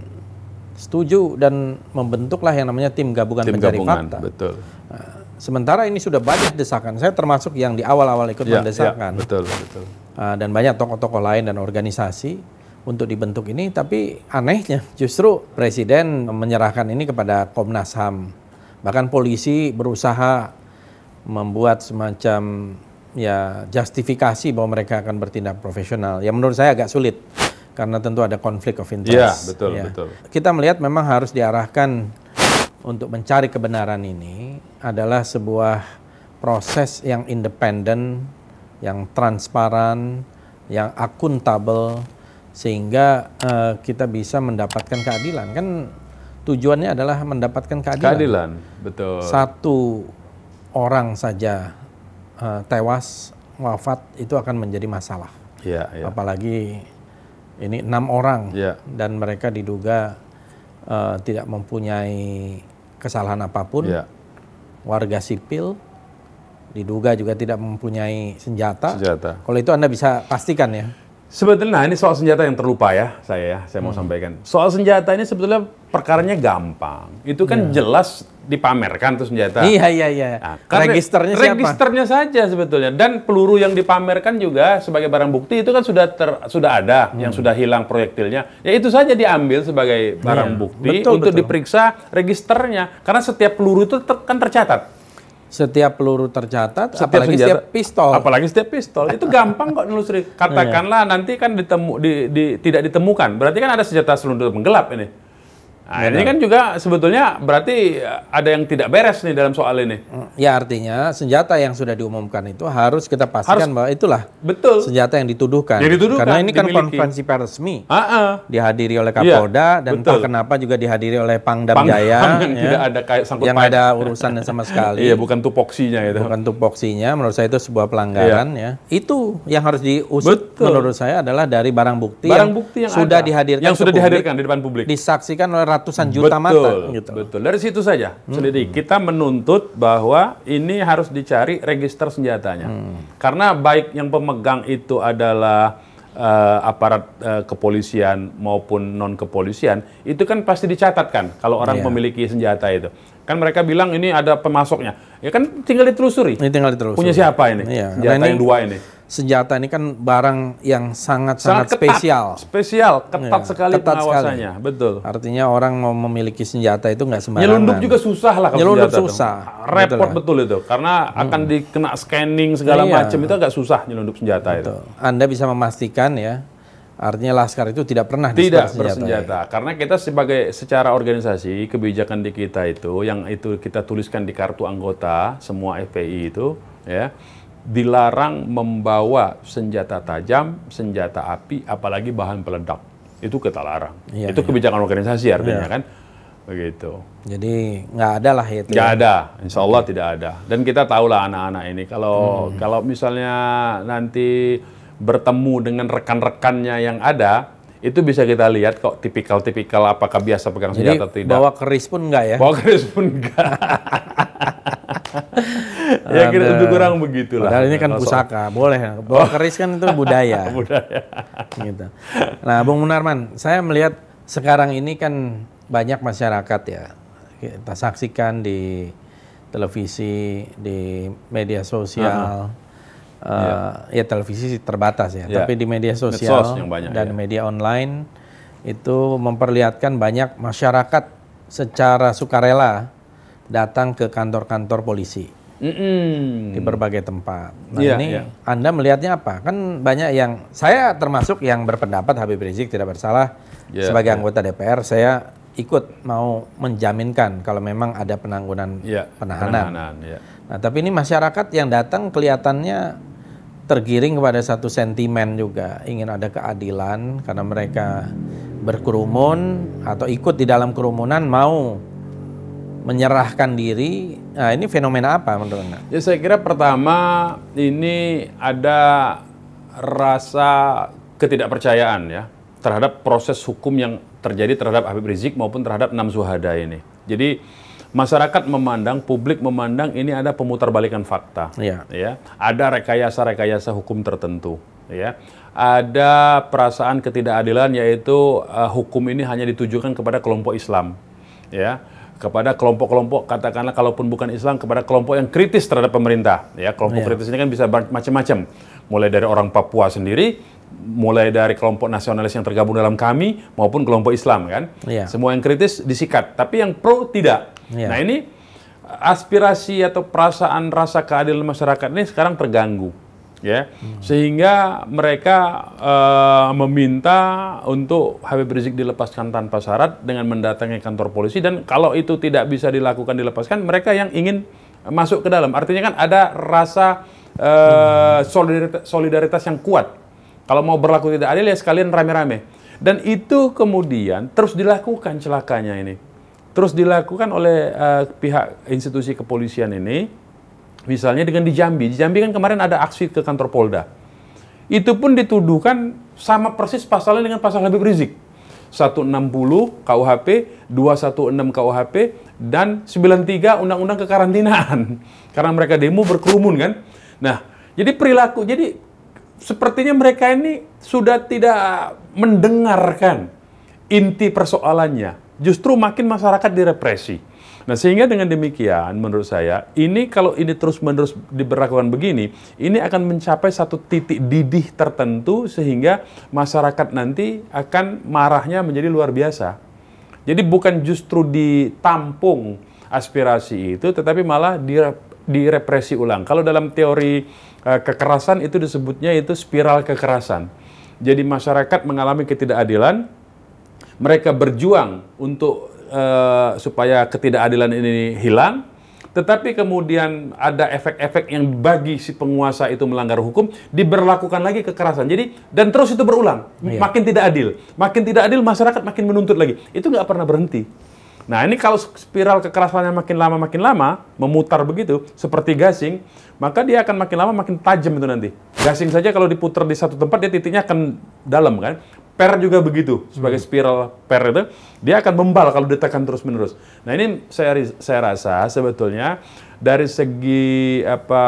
setuju dan membentuklah yang namanya tim gabungan tim pencari gabungan, fakta. Betul. Nah, sementara ini sudah banyak desakan. Saya termasuk yang di awal-awal ikut ya, mendesakan. Ya, betul, betul. Uh, dan banyak tokoh-tokoh lain dan organisasi untuk dibentuk ini. Tapi anehnya justru Presiden menyerahkan ini kepada Komnas H A M. Bahkan polisi berusaha membuat semacam ya justifikasi bahwa mereka akan bertindak profesional. Ya menurut saya agak sulit karena tentu ada konflik of interest. Ya, betul, ya. betul. Kita melihat memang harus diarahkan untuk mencari kebenaran ini adalah sebuah proses yang independen, yang transparan, yang akuntabel sehingga uh, kita bisa mendapatkan keadilan. Kan tujuannya adalah mendapatkan keadilan. Keadilan, betul. Satu orang saja uh, tewas, wafat itu akan menjadi masalah. Ya, ya. Apalagi ini enam orang ya. dan mereka diduga uh, tidak mempunyai kesalahan apapun. Ya. Warga sipil diduga juga tidak mempunyai senjata. Senjata. Kalau itu Anda bisa pastikan ya. Sebetulnya ini soal senjata yang terlupa ya, saya ya, saya mau hmm. sampaikan. Soal senjata ini sebetulnya perkaranya gampang. Itu kan hmm. jelas dipamerkan tuh senjata. Iya, iya, iya. Nah, registernya siapa? Registernya saja sebetulnya. Dan peluru yang dipamerkan juga sebagai barang bukti itu kan sudah ter, sudah ada hmm. yang sudah hilang proyektilnya. Ya itu saja diambil sebagai barang iya. bukti betul, untuk betul. diperiksa registernya. Karena setiap peluru itu ter, kan tercatat. Setiap peluru tercatat, setiap apalagi senjata, setiap pistol. Apalagi setiap pistol. Itu gampang kok nelusuri. Katakanlah nanti kan ditemu, di, di, tidak ditemukan. Berarti kan ada senjata selundur penggelap ini. Nah, ini kan juga sebetulnya berarti ada yang tidak beres nih dalam soal ini. Ya artinya senjata yang sudah diumumkan itu harus kita pastikan harus, bahwa itulah betul. senjata yang dituduhkan. Yang dituduhkan Karena ini kan dimiliki. konferensi pers resmi. A-a. Dihadiri oleh Kapolda ya, dan entah kenapa juga dihadiri oleh Pangdam, Pangdam Jaya. Yang ya, tidak ada kayak sangkut yang ada urusannya sama sekali. Iya, bukan tupoksinya itu. Bukan tupoksinya, menurut saya itu sebuah pelanggaran iya. ya. Itu yang harus diusut betul. menurut saya adalah dari barang bukti barang yang, bukti yang sudah ada. dihadirkan yang sudah publik, dihadirkan di depan publik. Disaksikan oleh ratusan juta betul. mata. Gitu. Betul. Dari situ saja, hmm. Selidiki. Kita menuntut bahwa ini harus dicari register senjatanya. Hmm. Karena baik yang pemegang itu adalah uh, aparat uh, kepolisian maupun non kepolisian, itu kan pasti dicatatkan kalau orang yeah. memiliki senjata itu. Kan mereka bilang ini ada pemasoknya. Ya kan tinggal ditelusuri. Ini tinggal ditelusuri. Punya siapa ini? Yeah. Senjata nah, yang dua ini. Senjata ini kan barang yang sangat-sangat spesial. Spesial, ketat ya, sekali ketat pengawasannya. Sekali. Betul. Artinya orang mau memiliki senjata itu nggak sembarangan. Nyelundup juga susah lah kalau Nyelundup senjata susah. Itu. Repot betul, betul itu. Karena hmm. akan dikena scanning segala iya. macam, itu agak susah nyelundup senjata betul. itu. Anda bisa memastikan ya, artinya Laskar itu tidak pernah tidak bersenjata. Ya. Karena kita sebagai secara organisasi, kebijakan di kita itu, yang itu kita tuliskan di kartu anggota, semua F P I itu, ya, dilarang membawa senjata tajam, senjata api, apalagi bahan peledak. Itu kita larang. Ya, itu ya. kebijakan organisasi artinya ya. kan, begitu. Jadi nggak ada lah itu. Nggak ya. ada, insya Allah tidak ada. Dan kita tahulah anak-anak ini kalau hmm. kalau misalnya nanti bertemu dengan rekan-rekannya yang ada, itu bisa kita lihat kok tipikal-tipikal apakah biasa pegang senjata atau tidak. Bawa keris pun enggak ya? Bawa keris pun enggak. Ya kira lebih kurang begitulah. Padahal ini kan pusaka, boleh. Bawa keris kan itu budaya. Budaya. Gitu. Nah, Bung Munarman, saya melihat sekarang ini kan banyak masyarakat ya, kita saksikan di televisi, di media sosial. Uh-huh. uh, ya. ya televisi terbatas ya, ya. tapi di media sosial yang banyak, dan ya. media online itu memperlihatkan banyak masyarakat secara sukarela datang ke kantor-kantor polisi mm-hmm. di berbagai tempat. Nah yeah, ini yeah. Anda melihatnya apa? Kan banyak yang, saya termasuk yang berpendapat Habib Rizik tidak bersalah. Yeah, sebagai yeah. anggota D P R, saya ikut mau menjaminkan kalau memang ada penangguhan yeah, penahanan. penahanan yeah. Nah tapi ini masyarakat yang datang kelihatannya tergiring kepada satu sentimen juga, ingin ada keadilan karena mereka berkerumun atau ikut di dalam kerumunan mau menyerahkan diri. Nah ini fenomena apa menurut Anda? Ya saya kira pertama ini ada rasa ketidakpercayaan ya terhadap proses hukum yang terjadi terhadap Habib Rizik maupun terhadap enam syuhada ini. Jadi masyarakat memandang, publik memandang ini ada pemutarbalikan fakta, ya. Ya, ada rekayasa-rekayasa hukum tertentu, ya, ada perasaan ketidakadilan yaitu uh, hukum ini hanya ditujukan kepada kelompok Islam, ya, kepada kelompok-kelompok katakanlah kalaupun bukan Islam kepada kelompok yang kritis terhadap pemerintah, ya, kelompok ya. Kritis ini kan bisa macam-macam, mulai dari orang Papua sendiri, mulai dari kelompok nasionalis yang tergabung dalam kami maupun kelompok Islam kan, ya. Semua yang kritis disikat, tapi yang pro tidak. Ya. Nah ini aspirasi atau perasaan rasa keadilan masyarakat ini sekarang terganggu, ya, hmm. sehingga mereka uh, meminta untuk Habib Rizik dilepaskan tanpa syarat dengan mendatangi kantor polisi, dan kalau itu tidak bisa dilakukan dilepaskan, mereka yang ingin masuk ke dalam. Artinya kan ada rasa uh, solidaritas, solidaritas yang kuat. Kalau mau berlaku tidak adil ya sekalian rame-rame. Dan itu kemudian terus dilakukan celakanya ini. Terus dilakukan oleh uh, pihak institusi kepolisian ini, misalnya dengan di Jambi. Di Jambi kan kemarin ada aksi ke kantor Polda. Itu pun dituduhkan sama persis pasalnya dengan pasal Habib Rizik. seratus enam puluh K U H P, dua ratus enam belas K U H P, dan sembilan puluh tiga Undang-Undang Kekarantinaan. Karena mereka demo berkerumun kan. Nah, jadi perilaku, jadi sepertinya mereka ini sudah tidak mendengarkan inti persoalannya. Justru makin masyarakat direpresi. Nah, sehingga dengan demikian, menurut saya, ini kalau ini terus-menerus diberlakukan begini, ini akan mencapai satu titik didih tertentu, sehingga masyarakat nanti akan marahnya menjadi luar biasa. Jadi bukan justru ditampung aspirasi itu, tetapi malah direpresi ulang. Kalau dalam teori uh, kekerasan itu disebutnya itu spiral kekerasan. Jadi masyarakat mengalami ketidakadilan, mereka berjuang untuk uh, supaya ketidakadilan ini hilang, tetapi kemudian ada efek-efek yang bagi si penguasa itu melanggar hukum, diberlakukan lagi kekerasan. Jadi dan terus itu berulang, iya. Makin tidak adil, makin tidak adil, masyarakat makin menuntut lagi. Itu nggak pernah berhenti. Nah ini kalau spiral kekerasannya makin lama makin lama memutar begitu seperti gasing, maka dia akan makin lama makin tajam itu nanti. Gasing saja kalau diputar di satu tempat dia titiknya akan dalam kan. Per juga begitu, sebagai spiral per itu, dia akan membal kalau ditekan terus-menerus. Nah ini saya saya rasa sebetulnya dari segi apa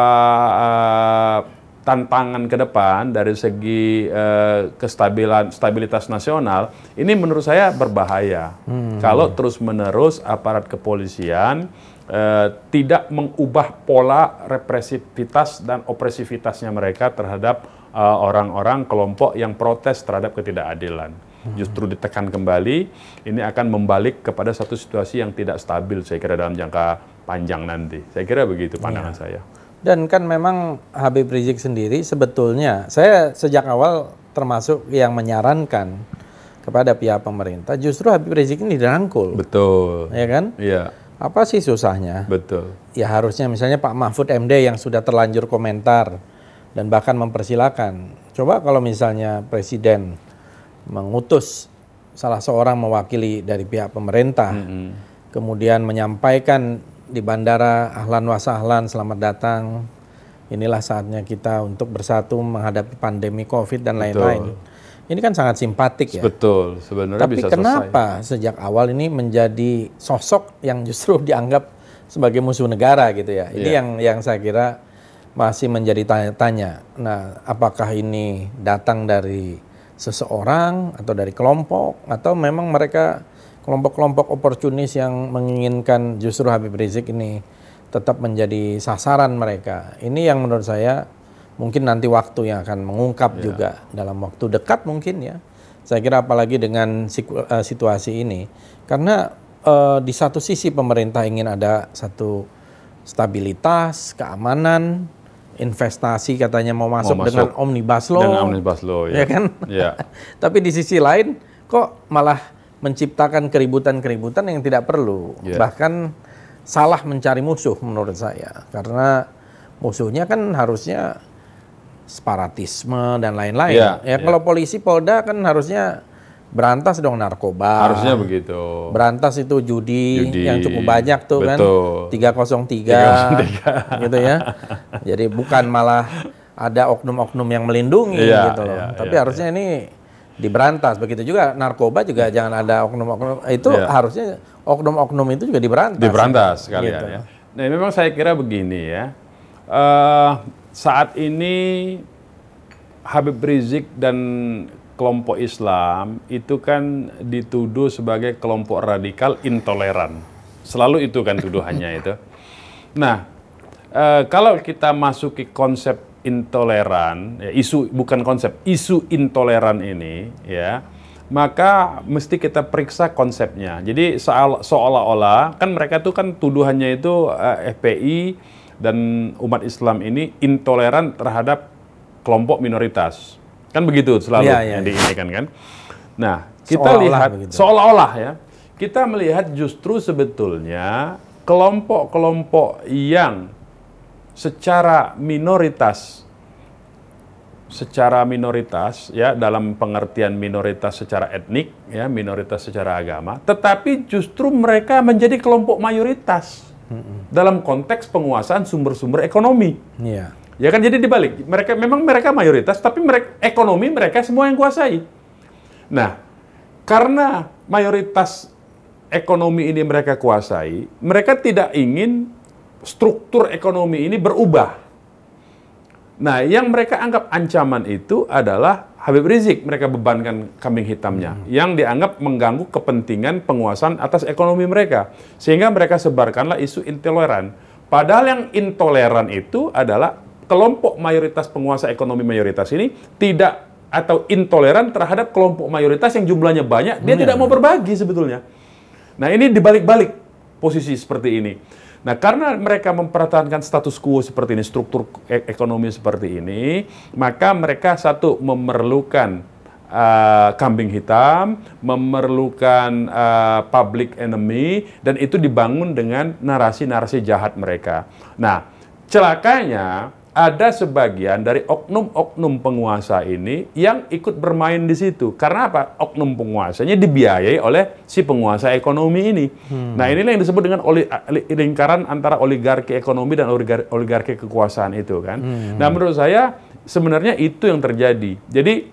uh, tantangan ke depan, dari segi uh, kestabilan stabilitas nasional, ini menurut saya berbahaya. Hmm. Kalau terus-menerus aparat kepolisian uh, tidak mengubah pola represivitas dan opresivitasnya mereka terhadap orang-orang uh, kelompok yang protes terhadap ketidakadilan. Hmm. Justru ditekan kembali, ini akan membalik kepada satu situasi yang tidak stabil, saya kira dalam jangka panjang nanti. Saya kira begitu pandangan ya. Saya. Dan kan memang Habib Rizik sendiri sebetulnya, saya sejak awal termasuk yang menyarankan kepada pihak pemerintah, justru Habib Rizik ini dirangkul. Betul. Ya kan? Iya. Apa sih susahnya? Betul. Ya harusnya misalnya Pak Mahfud M D yang sudah terlanjur komentar, dan bahkan mempersilahkan. Coba kalau misalnya Presiden mengutus salah seorang mewakili dari pihak pemerintah, mm-hmm. kemudian menyampaikan di bandara, ahlan wa sahlan, selamat datang, inilah saatnya kita untuk bersatu menghadapi pandemi COVID dan lain-lain. Ini kan sangat simpatik ya. Betul, sebenarnya Tapi bisa kenapa selesai. Sejak awal ini menjadi sosok yang justru dianggap sebagai musuh negara gitu ya. Ini yeah. yang yang saya kira masih menjadi tanya-tanya. Nah, apakah ini datang dari seseorang atau dari kelompok, atau memang mereka kelompok-kelompok oportunis yang menginginkan justru Habib Rizik ini tetap menjadi sasaran mereka. Ini yang menurut saya mungkin nanti waktu yang akan mengungkap ya. Juga dalam waktu dekat mungkin ya. Saya kira apalagi dengan situasi ini, karena uh, di satu sisi pemerintah ingin ada satu stabilitas, keamanan, investasi katanya mau masuk, mau masuk dengan omnibus law, dengan omnibus law ya, ya kan? Ya. Tapi di sisi lain kok malah menciptakan keributan-keributan yang tidak perlu, ya. Bahkan salah mencari musuh menurut saya, karena musuhnya kan harusnya separatisme dan lain-lain. Ya, ya, ya kalau polisi Polda kan harusnya berantas dong narkoba. Harusnya begitu. Berantas itu judi, judi yang cukup banyak tuh. Betul. Kan. tiga nol tiga gitu ya. Jadi bukan malah ada oknum-oknum yang melindungi ya, gitu loh. Ya, Tapi ya, harusnya ya. Ini diberantas. Begitu juga narkoba juga jangan ada oknum-oknum. Itu ya. Harusnya oknum-oknum itu juga diberantas. Diberantas sekalian gitu. Ya. Nah memang saya kira begini ya. Uh, saat ini Habib Rizik dan kelompok Islam itu kan dituduh sebagai kelompok radikal intoleran. Selalu itu kan tuduhannya itu. Nah, e, kalau kita masuk ke konsep intoleran, ya, isu bukan konsep, isu intoleran ini, ya, maka mesti kita periksa konsepnya. Jadi seolah-olah kan mereka tuh kan tuduhannya itu eh, F P I dan umat Islam ini intoleran terhadap kelompok minoritas. Kan begitu selalu ya, ya, yang diinginkan kan. Nah, kita seolah lihat seolah-olah ya, kita melihat justru sebetulnya kelompok-kelompok yang secara minoritas, secara minoritas ya dalam pengertian minoritas secara etnik ya, minoritas secara agama, tetapi justru mereka menjadi kelompok mayoritas mm-mm. dalam konteks penguasaan sumber-sumber ekonomi. Iya. Ya kan jadi dibalik, mereka memang mereka mayoritas, tapi mereka ekonomi mereka semua yang kuasai. Nah, karena mayoritas ekonomi ini mereka kuasai, mereka tidak ingin struktur ekonomi ini berubah. Nah, yang mereka anggap ancaman itu adalah Habib Rizik, mereka bebankan kambing hitamnya, hmm. yang dianggap mengganggu kepentingan penguasaan atas ekonomi mereka. Sehingga mereka sebarkanlah isu intoleran. Padahal yang intoleran itu adalah kelompok mayoritas penguasa ekonomi mayoritas ini tidak atau intoleran terhadap kelompok mayoritas yang jumlahnya banyak, dia hmm, tidak ya. mau berbagi sebetulnya. Nah ini dibalik-balik posisi seperti ini. Nah karena mereka mempertahankan status quo seperti ini, struktur ekonomi seperti ini, maka mereka satu memerlukan uh, kambing hitam, memerlukan uh, public enemy, dan itu dibangun dengan narasi-narasi jahat mereka. Nah celakanya ada sebagian dari oknum-oknum penguasa ini yang ikut bermain di situ. Karena apa? Oknum penguasanya dibiayai oleh si penguasa ekonomi ini. Hmm. Nah inilah yang disebut dengan oli, lingkaran antara oligarki ekonomi dan oligar, oligarki kekuasaan itu kan. Hmm. Nah menurut saya sebenarnya itu yang terjadi. Jadi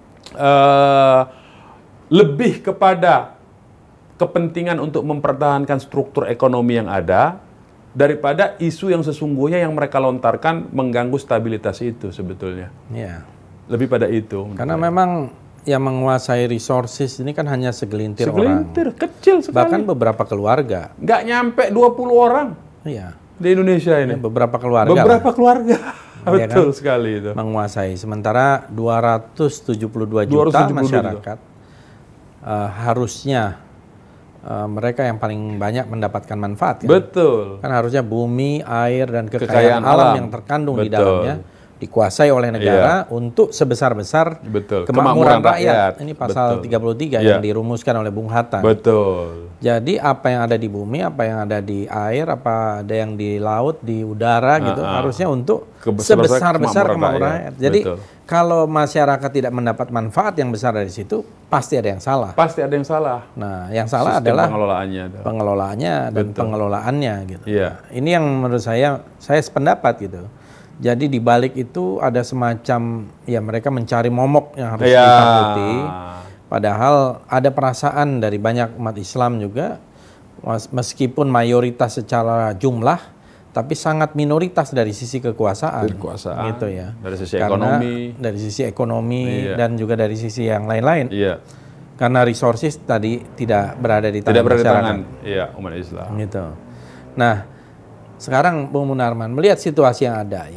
uh, lebih kepada kepentingan untuk mempertahankan struktur ekonomi yang ada, daripada isu yang sesungguhnya yang mereka lontarkan mengganggu stabilitas itu sebetulnya. Ya. Lebih pada itu. Karena memang yang menguasai resources ini kan hanya segelintir, segelintir orang. Kecil sekali. Bahkan beberapa keluarga. Nggak nyampe dua puluh orang. Iya. Di Indonesia ini. Ya, beberapa keluarga. Beberapa lah. keluarga. Ya Betul kan? sekali itu. Menguasai. Sementara dua ratus tujuh puluh dua juta masyarakat uh, harusnya Uh, mereka yang paling banyak mendapatkan manfaat kan? Betul. Kan harusnya bumi, air, dan kekayaan, kekayaan alam, alam yang terkandung Betul. di dalamnya dikuasai oleh negara yeah. untuk sebesar-besar kemakmuran, kemakmuran rakyat. rakyat. Ini pasal Betul. tiga puluh tiga yeah. yang dirumuskan oleh Bung Hatta. Betul. Jadi apa yang ada di bumi, apa yang ada di air, apa ada yang di laut, di udara uh, gitu, uh. harusnya untuk sebesar-besar kemakmuran rakyat. Jadi Betul. kalau masyarakat tidak mendapat manfaat yang besar dari situ, pasti ada yang salah. Pasti ada yang salah. Nah, yang salah Sistem adalah pengelolaannya, pengelolaannya dan Betul. pengelolaannya gitu. Yeah. Nah, ini yang menurut saya, saya sependapat gitu. Jadi di balik itu ada semacam ya mereka mencari momok yang harus yeah. ditakuti. Padahal ada perasaan dari banyak umat Islam juga, meskipun mayoritas secara jumlah, tapi sangat minoritas dari sisi kekuasaan. Kekuasaan. Gitu ya. Dari sisi Karena ekonomi. Dari sisi ekonomi iya. dan juga dari sisi yang lain-lain. Iya. Karena resources tadi tidak berada di tangan tidak berada masyarakat. Di tangan, iya, umat Islam. Gitu. Nah, sekarang Bung Munarman melihat situasi yang ada ya,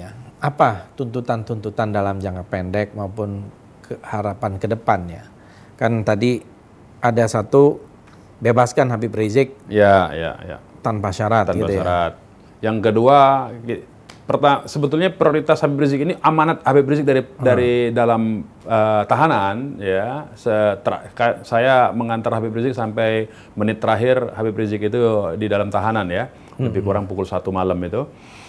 apa tuntutan-tuntutan dalam jangka pendek maupun ke harapan ke depannya? Kan tadi ada satu, bebaskan Habib Rizik ya, ya, ya. tanpa syarat. Tanpa gitu syarat. Ya. Yang kedua, pertama, sebetulnya prioritas Habib Rizik ini amanat Habib Rizik dari hmm. dari dalam uh, tahanan, ya. Setra, saya mengantar Habib Rizik sampai menit terakhir Habib Rizik itu di dalam tahanan, ya, hmm. lebih kurang pukul satu malam itu.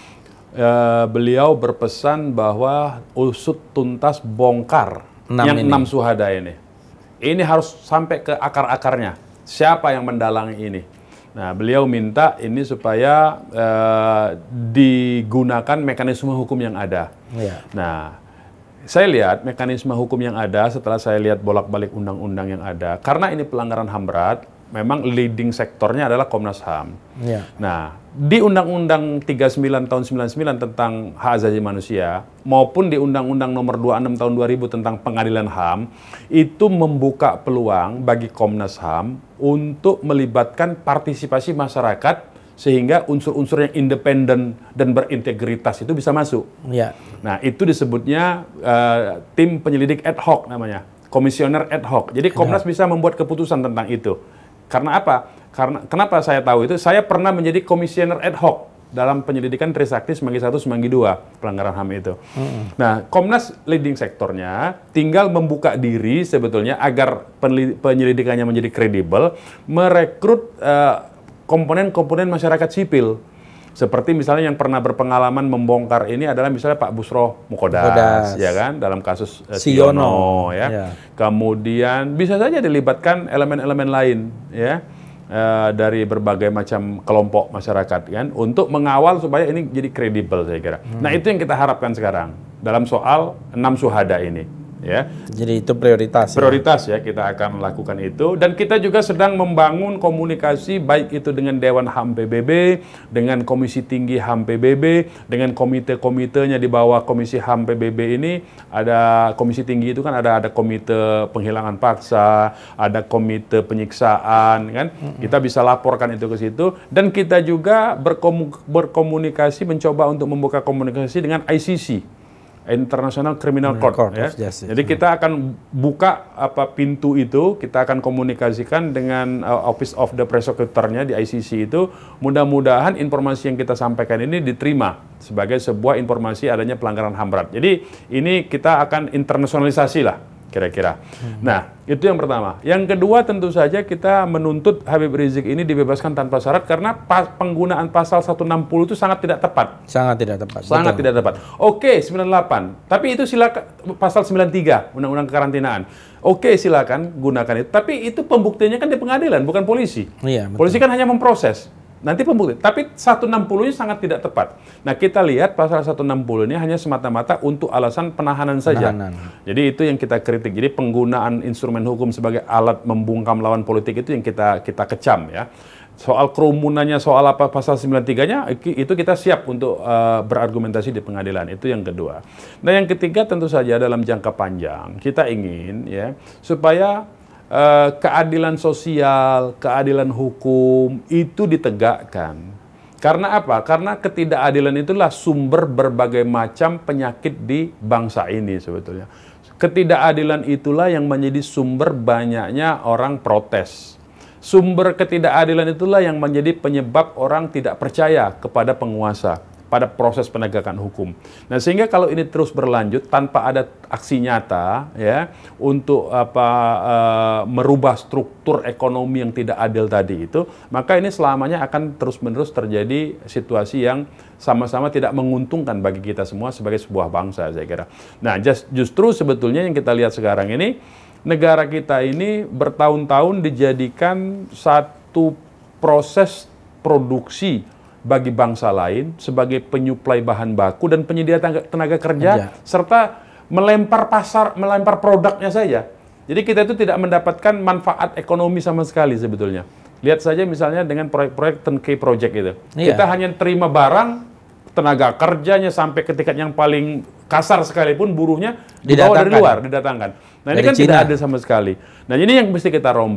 Uh, beliau berpesan bahwa usut tuntas bongkar enam yang ini. enam suhada ini. Ini harus sampai ke akar-akarnya. Siapa yang mendalangi ini? Nah, beliau minta ini supaya uh, digunakan mekanisme hukum yang ada. Ya. Nah, saya lihat mekanisme hukum yang ada setelah saya lihat bolak-balik undang-undang yang ada. Karena ini pelanggaran H A M berat, memang leading sektornya adalah Komnas H A M. Ya. Nah, di Undang-Undang tiga puluh sembilan tahun sembilan puluh sembilan tentang hak asasi manusia maupun di Undang-Undang nomor dua puluh enam tahun dua ribu tentang pengadilan H A M itu membuka peluang bagi Komnas H A M untuk melibatkan partisipasi masyarakat sehingga unsur-unsur yang independen dan berintegritas itu bisa masuk. Ya. Nah, itu disebutnya uh, tim penyelidik ad hoc namanya, komisioner ad hoc. Jadi Komnas ya. bisa membuat keputusan tentang itu. Karena apa? Karena kenapa saya tahu itu? Saya pernah menjadi komisioner ad hoc dalam penyelidikan Trisakti Semanggi satu, Semanggi dua pelanggaran H A M itu. Mm-hmm. Nah, Komnas leading sektornya tinggal membuka diri sebetulnya agar penyelidikannya menjadi kredibel, merekrut uh, komponen-komponen masyarakat sipil. Seperti misalnya yang pernah berpengalaman membongkar ini adalah misalnya Pak Busroh Mukodas, Mukodas. ya kan, dalam kasus uh, Siono, ya. Yeah. Kemudian bisa saja dilibatkan elemen-elemen lain, ya. Uh, dari berbagai macam kelompok masyarakat kan untuk mengawal supaya ini jadi kredibel, saya kira. Hmm. Nah, itu yang kita harapkan sekarang dalam soal enam suhada ini, ya. Jadi itu prioritas. Prioritas ya, ya kita akan lakukan itu, dan kita juga sedang membangun komunikasi baik itu dengan Dewan H A M P B B, dengan Komisi Tinggi H A M P B B, dengan komite-komitenya di bawah Komisi H A M P B B ini. Ada Komisi Tinggi itu kan ada ada komite penghilangan paksa, ada komite penyiksaan kan. Mm-hmm. Kita bisa laporkan itu ke situ, dan kita juga berkomu berkomunikasi mencoba untuk membuka komunikasi dengan I C C. International Criminal Court, Court ya. Jadi kita akan buka apa pintu itu, kita akan komunikasikan dengan uh, Office of the Prosecutor-nya di I C C itu. Mudah-mudahan informasi yang kita sampaikan ini diterima sebagai sebuah informasi adanya pelanggaran H A M berat. Jadi ini kita akan internasionalisasi lah kira-kira. Hmm. Nah, itu yang pertama. Yang kedua tentu saja kita menuntut Habib Rizik ini dibebaskan tanpa syarat karena pas penggunaan pasal seratus enam puluh itu sangat tidak tepat. Sangat tidak tepat. Sangat betul. tidak tepat. Oke, sembilan puluh delapan. Tapi itu silakan pasal sembilan puluh tiga Undang-Undang Kekarantinaan. Oke, silakan gunakan itu. Tapi itu pembuktiannya kan di pengadilan, bukan polisi. Iya, betul. Polisi kan hanya memproses. Nanti pembuktian. Tapi seratus enam puluh-nya sangat tidak tepat. Nah, kita lihat pasal seratus enam puluh ini hanya semata-mata untuk alasan penahanan saja. Penahanan. Jadi itu yang kita kritik. Jadi penggunaan instrumen hukum sebagai alat membungkam lawan politik itu yang kita kita kecam ya. Soal kerumunannya, soal apa pasal sembilan puluh tiga-nya itu kita siap untuk uh, berargumentasi di pengadilan. Itu yang kedua. Nah, yang ketiga tentu saja dalam jangka panjang kita ingin ya supaya Uh, keadilan sosial, keadilan hukum itu ditegakkan. Karena apa? Karena ketidakadilan itulah sumber berbagai macam penyakit di bangsa ini sebetulnya. Ketidakadilan itulah yang menjadi sumber banyaknya orang protes. Sumber ketidakadilan itulah yang menjadi penyebab orang tidak percaya kepada penguasa, pada proses penegakan hukum. Nah, sehingga kalau ini terus berlanjut tanpa ada aksi nyata ya untuk apa uh, merubah struktur ekonomi yang tidak adil tadi itu, maka ini selamanya akan terus-menerus terjadi situasi yang sama-sama tidak menguntungkan bagi kita semua sebagai sebuah bangsa, saya kira. Nah, just, justru sebetulnya yang kita lihat sekarang ini, negara kita ini bertahun-tahun dijadikan satu proses produksi bagi bangsa lain sebagai penyuplai bahan baku dan penyedia tenaga kerja, ya. serta melempar pasar, melempar produknya saja. Jadi kita itu tidak mendapatkan manfaat ekonomi sama sekali sebetulnya. Lihat saja misalnya dengan proyek-proyek turnkey project itu. Ya. Kita hanya terima barang, tenaga kerjanya sampai ke tingkat yang paling kasar sekalipun buruhnya dibawa dari luar, didatangkan. Nah, dari ini kan Cina. Tidak ada sama sekali. Nah, ini yang mesti kita rombak.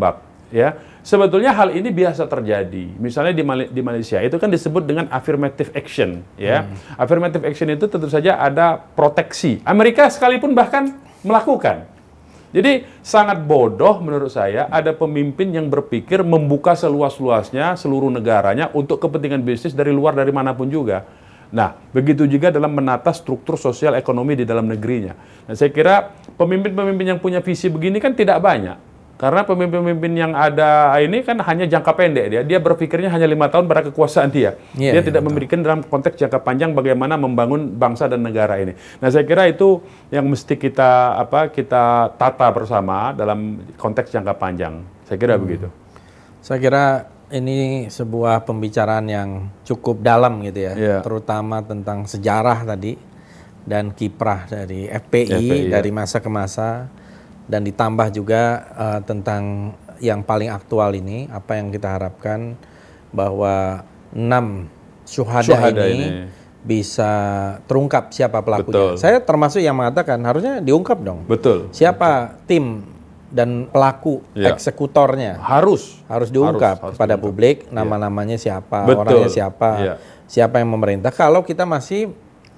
ya. Sebetulnya hal ini biasa terjadi. Misalnya di, Mal di Malaysia itu kan disebut dengan affirmative action, ya. Hmm. Affirmative action itu tentu saja ada proteksi. Amerika sekalipun bahkan melakukan. Jadi sangat bodoh menurut saya ada pemimpin yang berpikir membuka seluas-luasnya seluruh negaranya untuk kepentingan bisnis dari luar dari manapun juga. Nah, begitu juga dalam menata struktur sosial ekonomi di dalam negerinya. Nah, saya kira pemimpin-pemimpin yang punya visi begini kan tidak banyak. Karena pemimpin-pemimpin yang ada ini kan hanya jangka pendek dia. Dia berpikirnya hanya lima tahun pada kekuasaan dia. Yeah, dia yeah, tidak betul. Memberikan dalam konteks jangka panjang bagaimana membangun bangsa dan negara ini. Nah, saya kira itu yang mesti kita apa kita tata bersama dalam konteks jangka panjang. Saya kira hmm. begitu. Saya kira ini sebuah pembicaraan yang cukup dalam gitu ya, yeah. terutama tentang sejarah tadi dan kiprah dari F P I, F P I dari ya. masa ke masa, dan ditambah juga uh, tentang yang paling aktual ini, apa yang kita harapkan bahwa enam syuhada, syuhada ini, ini bisa terungkap siapa pelakunya. Betul. Saya termasuk yang mengatakan harusnya diungkap dong. Betul. Siapa tim dan pelaku ya. eksekutornya harus harus diungkap harus, harus kepada diungkap. publik, nama-namanya siapa, Betul. orangnya siapa, ya. siapa yang memerintah. Kalau kita masih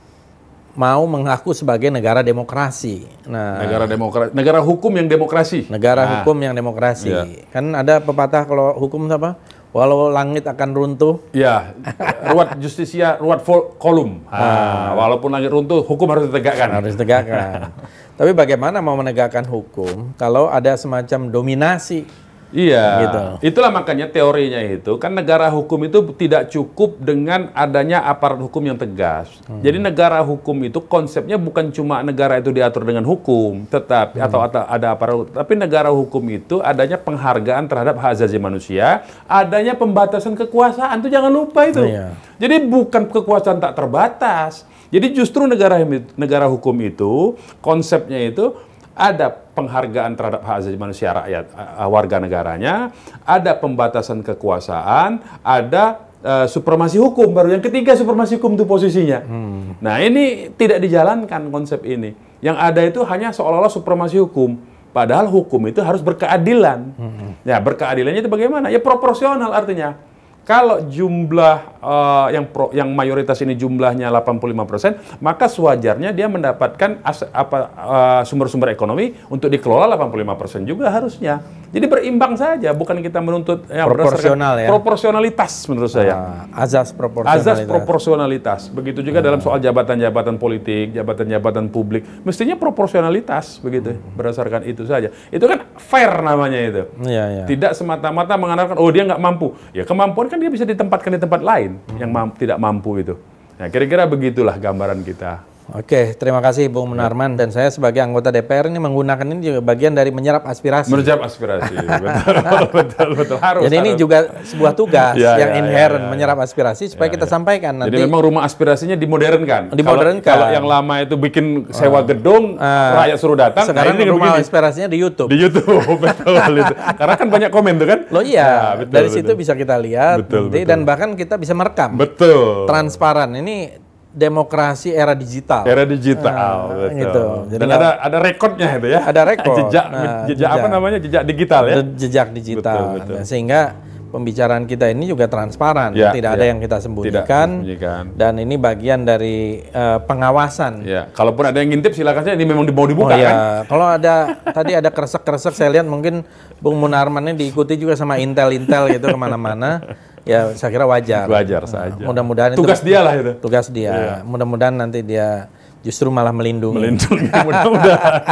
mau mengaku sebagai negara demokrasi, nah negara demokrasi, negara hukum yang demokrasi, negara nah. hukum yang demokrasi, ya. kan ada pepatah kalau hukum apa? Walau langit akan runtuh, ya, ruat justisia, ruat kolum. Nah, walaupun langit runtuh, hukum harus ditegakkan. Harus ditegakkan. Tapi bagaimana mau menegakkan hukum kalau ada semacam dominasi? Iya, gitu. Itulah makanya teorinya itu kan negara hukum itu tidak cukup dengan adanya aparat hukum yang tegas. Hmm. Jadi negara hukum itu konsepnya bukan cuma negara itu diatur dengan hukum, tetapi hmm. atau, atau ada aparat, tapi negara hukum itu adanya penghargaan terhadap hak asasi manusia, adanya pembatasan kekuasaan, itu jangan lupa itu. Iya. Jadi bukan kekuasaan tak terbatas. Jadi justru negara negara hukum itu konsepnya itu ada penghargaan terhadap hak asasi manusia rakyat, warga negaranya, ada pembatasan kekuasaan, ada uh, supremasi hukum. Baru yang ketiga supremasi hukum itu posisinya. Hmm. Nah ini tidak dijalankan konsep ini. Yang ada itu hanya seolah-olah supremasi hukum. Padahal hukum itu harus berkeadilan. Hmm. Ya berkeadilannya itu bagaimana? Ya proporsional artinya. Kalau jumlah uh, yang pro, yang mayoritas ini jumlahnya delapan puluh lima persen, maka sewajarnya dia mendapatkan as, apa sumber-sumber uh, ekonomi untuk dikelola delapan puluh lima persen juga harusnya. Jadi berimbang saja, bukan kita menuntut ya, proporsional ya. Proporsionalitas menurut saya. Uh, azas proporsionalitas. Azas proporsionalitas. Begitu juga uh. dalam soal jabatan-jabatan politik, jabatan-jabatan publik, mestinya proporsionalitas begitu, uh. berdasarkan itu saja. Itu kan fair namanya itu. Yeah, yeah. Tidak semata-mata mengandalkan oh dia nggak mampu. Ya kemampuan kan dia bisa ditempatkan di tempat lain hmm. yang mampu, tidak mampu itu. Nah, kira-kira begitulah gambaran kita. Oke, terima kasih Bung Munarman, dan saya sebagai anggota D P R ini menggunakan ini juga bagian dari menyerap aspirasi. Menyerap aspirasi, betul, betul, betul, harus. Jadi ini harus. juga sebuah tugas ya, yang ya, inherent ya, ya, menyerap aspirasi supaya ya, kita ya. sampaikan nanti. Jadi memang rumah aspirasinya dimodernkan. Dimodernkan. Kalau, kalau yang lama itu bikin sewa gedung, uh, rakyat suruh datang. Sekarang nah ini rumah begini. aspirasinya di YouTube. Di YouTube, betul itu. Karena kan banyak komen tuh kan. Loh iya, ya, betul, dari betul. situ bisa kita lihat, betul, nanti, betul. dan bahkan kita bisa merekam. Betul. Transparan. Ini demokrasi era digital. Era digital, nah, betul. Gitu. Jadi dan ada ada rekodnya itu ya. Ada rekod. Jejak, nah, jejak, jejak apa namanya? Jejak digital ya. Jejak digital. Betul, betul. Nah, sehingga pembicaraan kita ini juga transparan, ya, tidak ya. ada yang kita sembunyikan. Dan ini bagian dari uh, pengawasan. Ya. Kalaupun ada yang ngintip silakan saja, ini memang mau dibuka oh, ya. kan. Kalau ada tadi ada kresek-kresek saya lihat mungkin Bung Munarman ini diikuti juga sama intel-intel gitu kemana-mana. Ya, saya kira wajar. Wajar saja. Nah, mudah-mudahan tugas itu, dia lah itu. Tugas dia. Iya. Mudah-mudahan nanti dia justru malah melindungi. Melindungi, mudah-mudahan.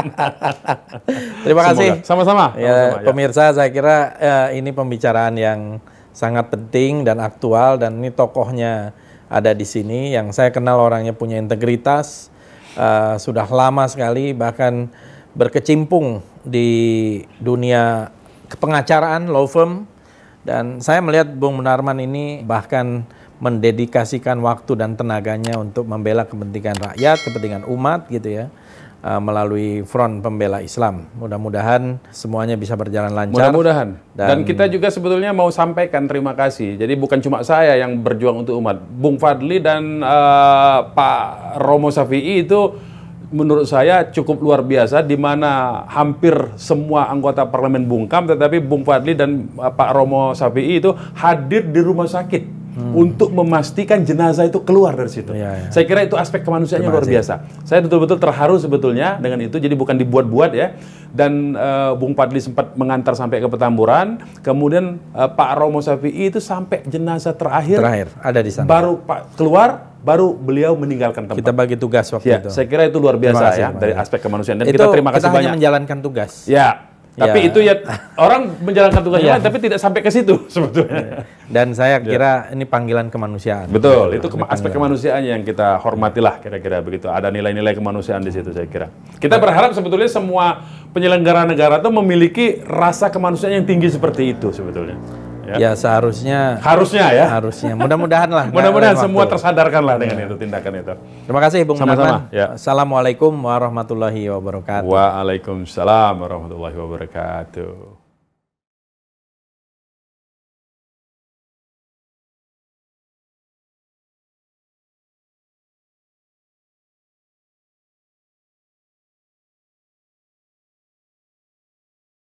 Terima kasih. Sama-sama. Ya, pemirsa, saya kira ya, ini pembicaraan yang sangat penting dan aktual, dan ini tokohnya ada di sini yang saya kenal orangnya punya integritas, uh, sudah lama sekali bahkan berkecimpung di dunia kepengacaraan, law firm. Dan saya melihat Bung Munarman ini bahkan mendedikasikan waktu dan tenaganya untuk membela kepentingan rakyat, kepentingan umat gitu ya, uh, melalui Front Pembela Islam. Mudah-mudahan semuanya bisa berjalan lancar. Mudah-mudahan. Dan, dan kita juga sebetulnya mau sampaikan terima kasih. Jadi bukan cuma saya yang berjuang untuk umat. Bung Fadli dan uh, Pak Romo Syafi'i itu menurut saya cukup luar biasa, di mana hampir semua anggota parlemen bungkam, tetapi Bung Fadli dan uh, Pak Romo Shafi'i itu hadir di rumah sakit hmm. untuk memastikan jenazah itu keluar dari situ. Ya, ya. Saya kira itu aspek kemanusiaannya luar biasa. Saya betul-betul terharu sebetulnya dengan itu, jadi bukan dibuat-buat ya. Dan uh, Bung Fadli sempat mengantar sampai ke Petamburan, kemudian uh, Pak Romo Shafi'i itu sampai jenazah terakhir, terakhir ada di sana. Baru Pak keluar, baru beliau meninggalkan tempat. Kita bagi tugas waktu ya, itu. Saya kira itu luar biasa kasih, ya dari aspek kemanusiaan. Dan itu kita terima kasih kita banyak. Hanya menjalankan tugas. Ya, tapi ya. itu ya orang menjalankan tugasnya, ya. Tapi tidak sampai ke situ sebetulnya. Dan saya kira ya. ini panggilan kemanusiaan. Betul, itu ke aspek kemanusiaan yang kita hormatilah kira-kira begitu. Ada nilai-nilai kemanusiaan di situ saya kira. Kita berharap sebetulnya semua penyelenggara negara itu memiliki rasa kemanusiaan yang tinggi seperti itu sebetulnya. Ya, ya seharusnya. Harusnya ya. Harusnya. Mudah-mudahan lah. Mudah-mudahan semua tersadarkan lah dengan ya. itu tindakan itu. Terima kasih Bung Munarman. Ya. Assalamualaikum warahmatullahi wabarakatuh. Waalaikumsalam warahmatullahi wabarakatuh.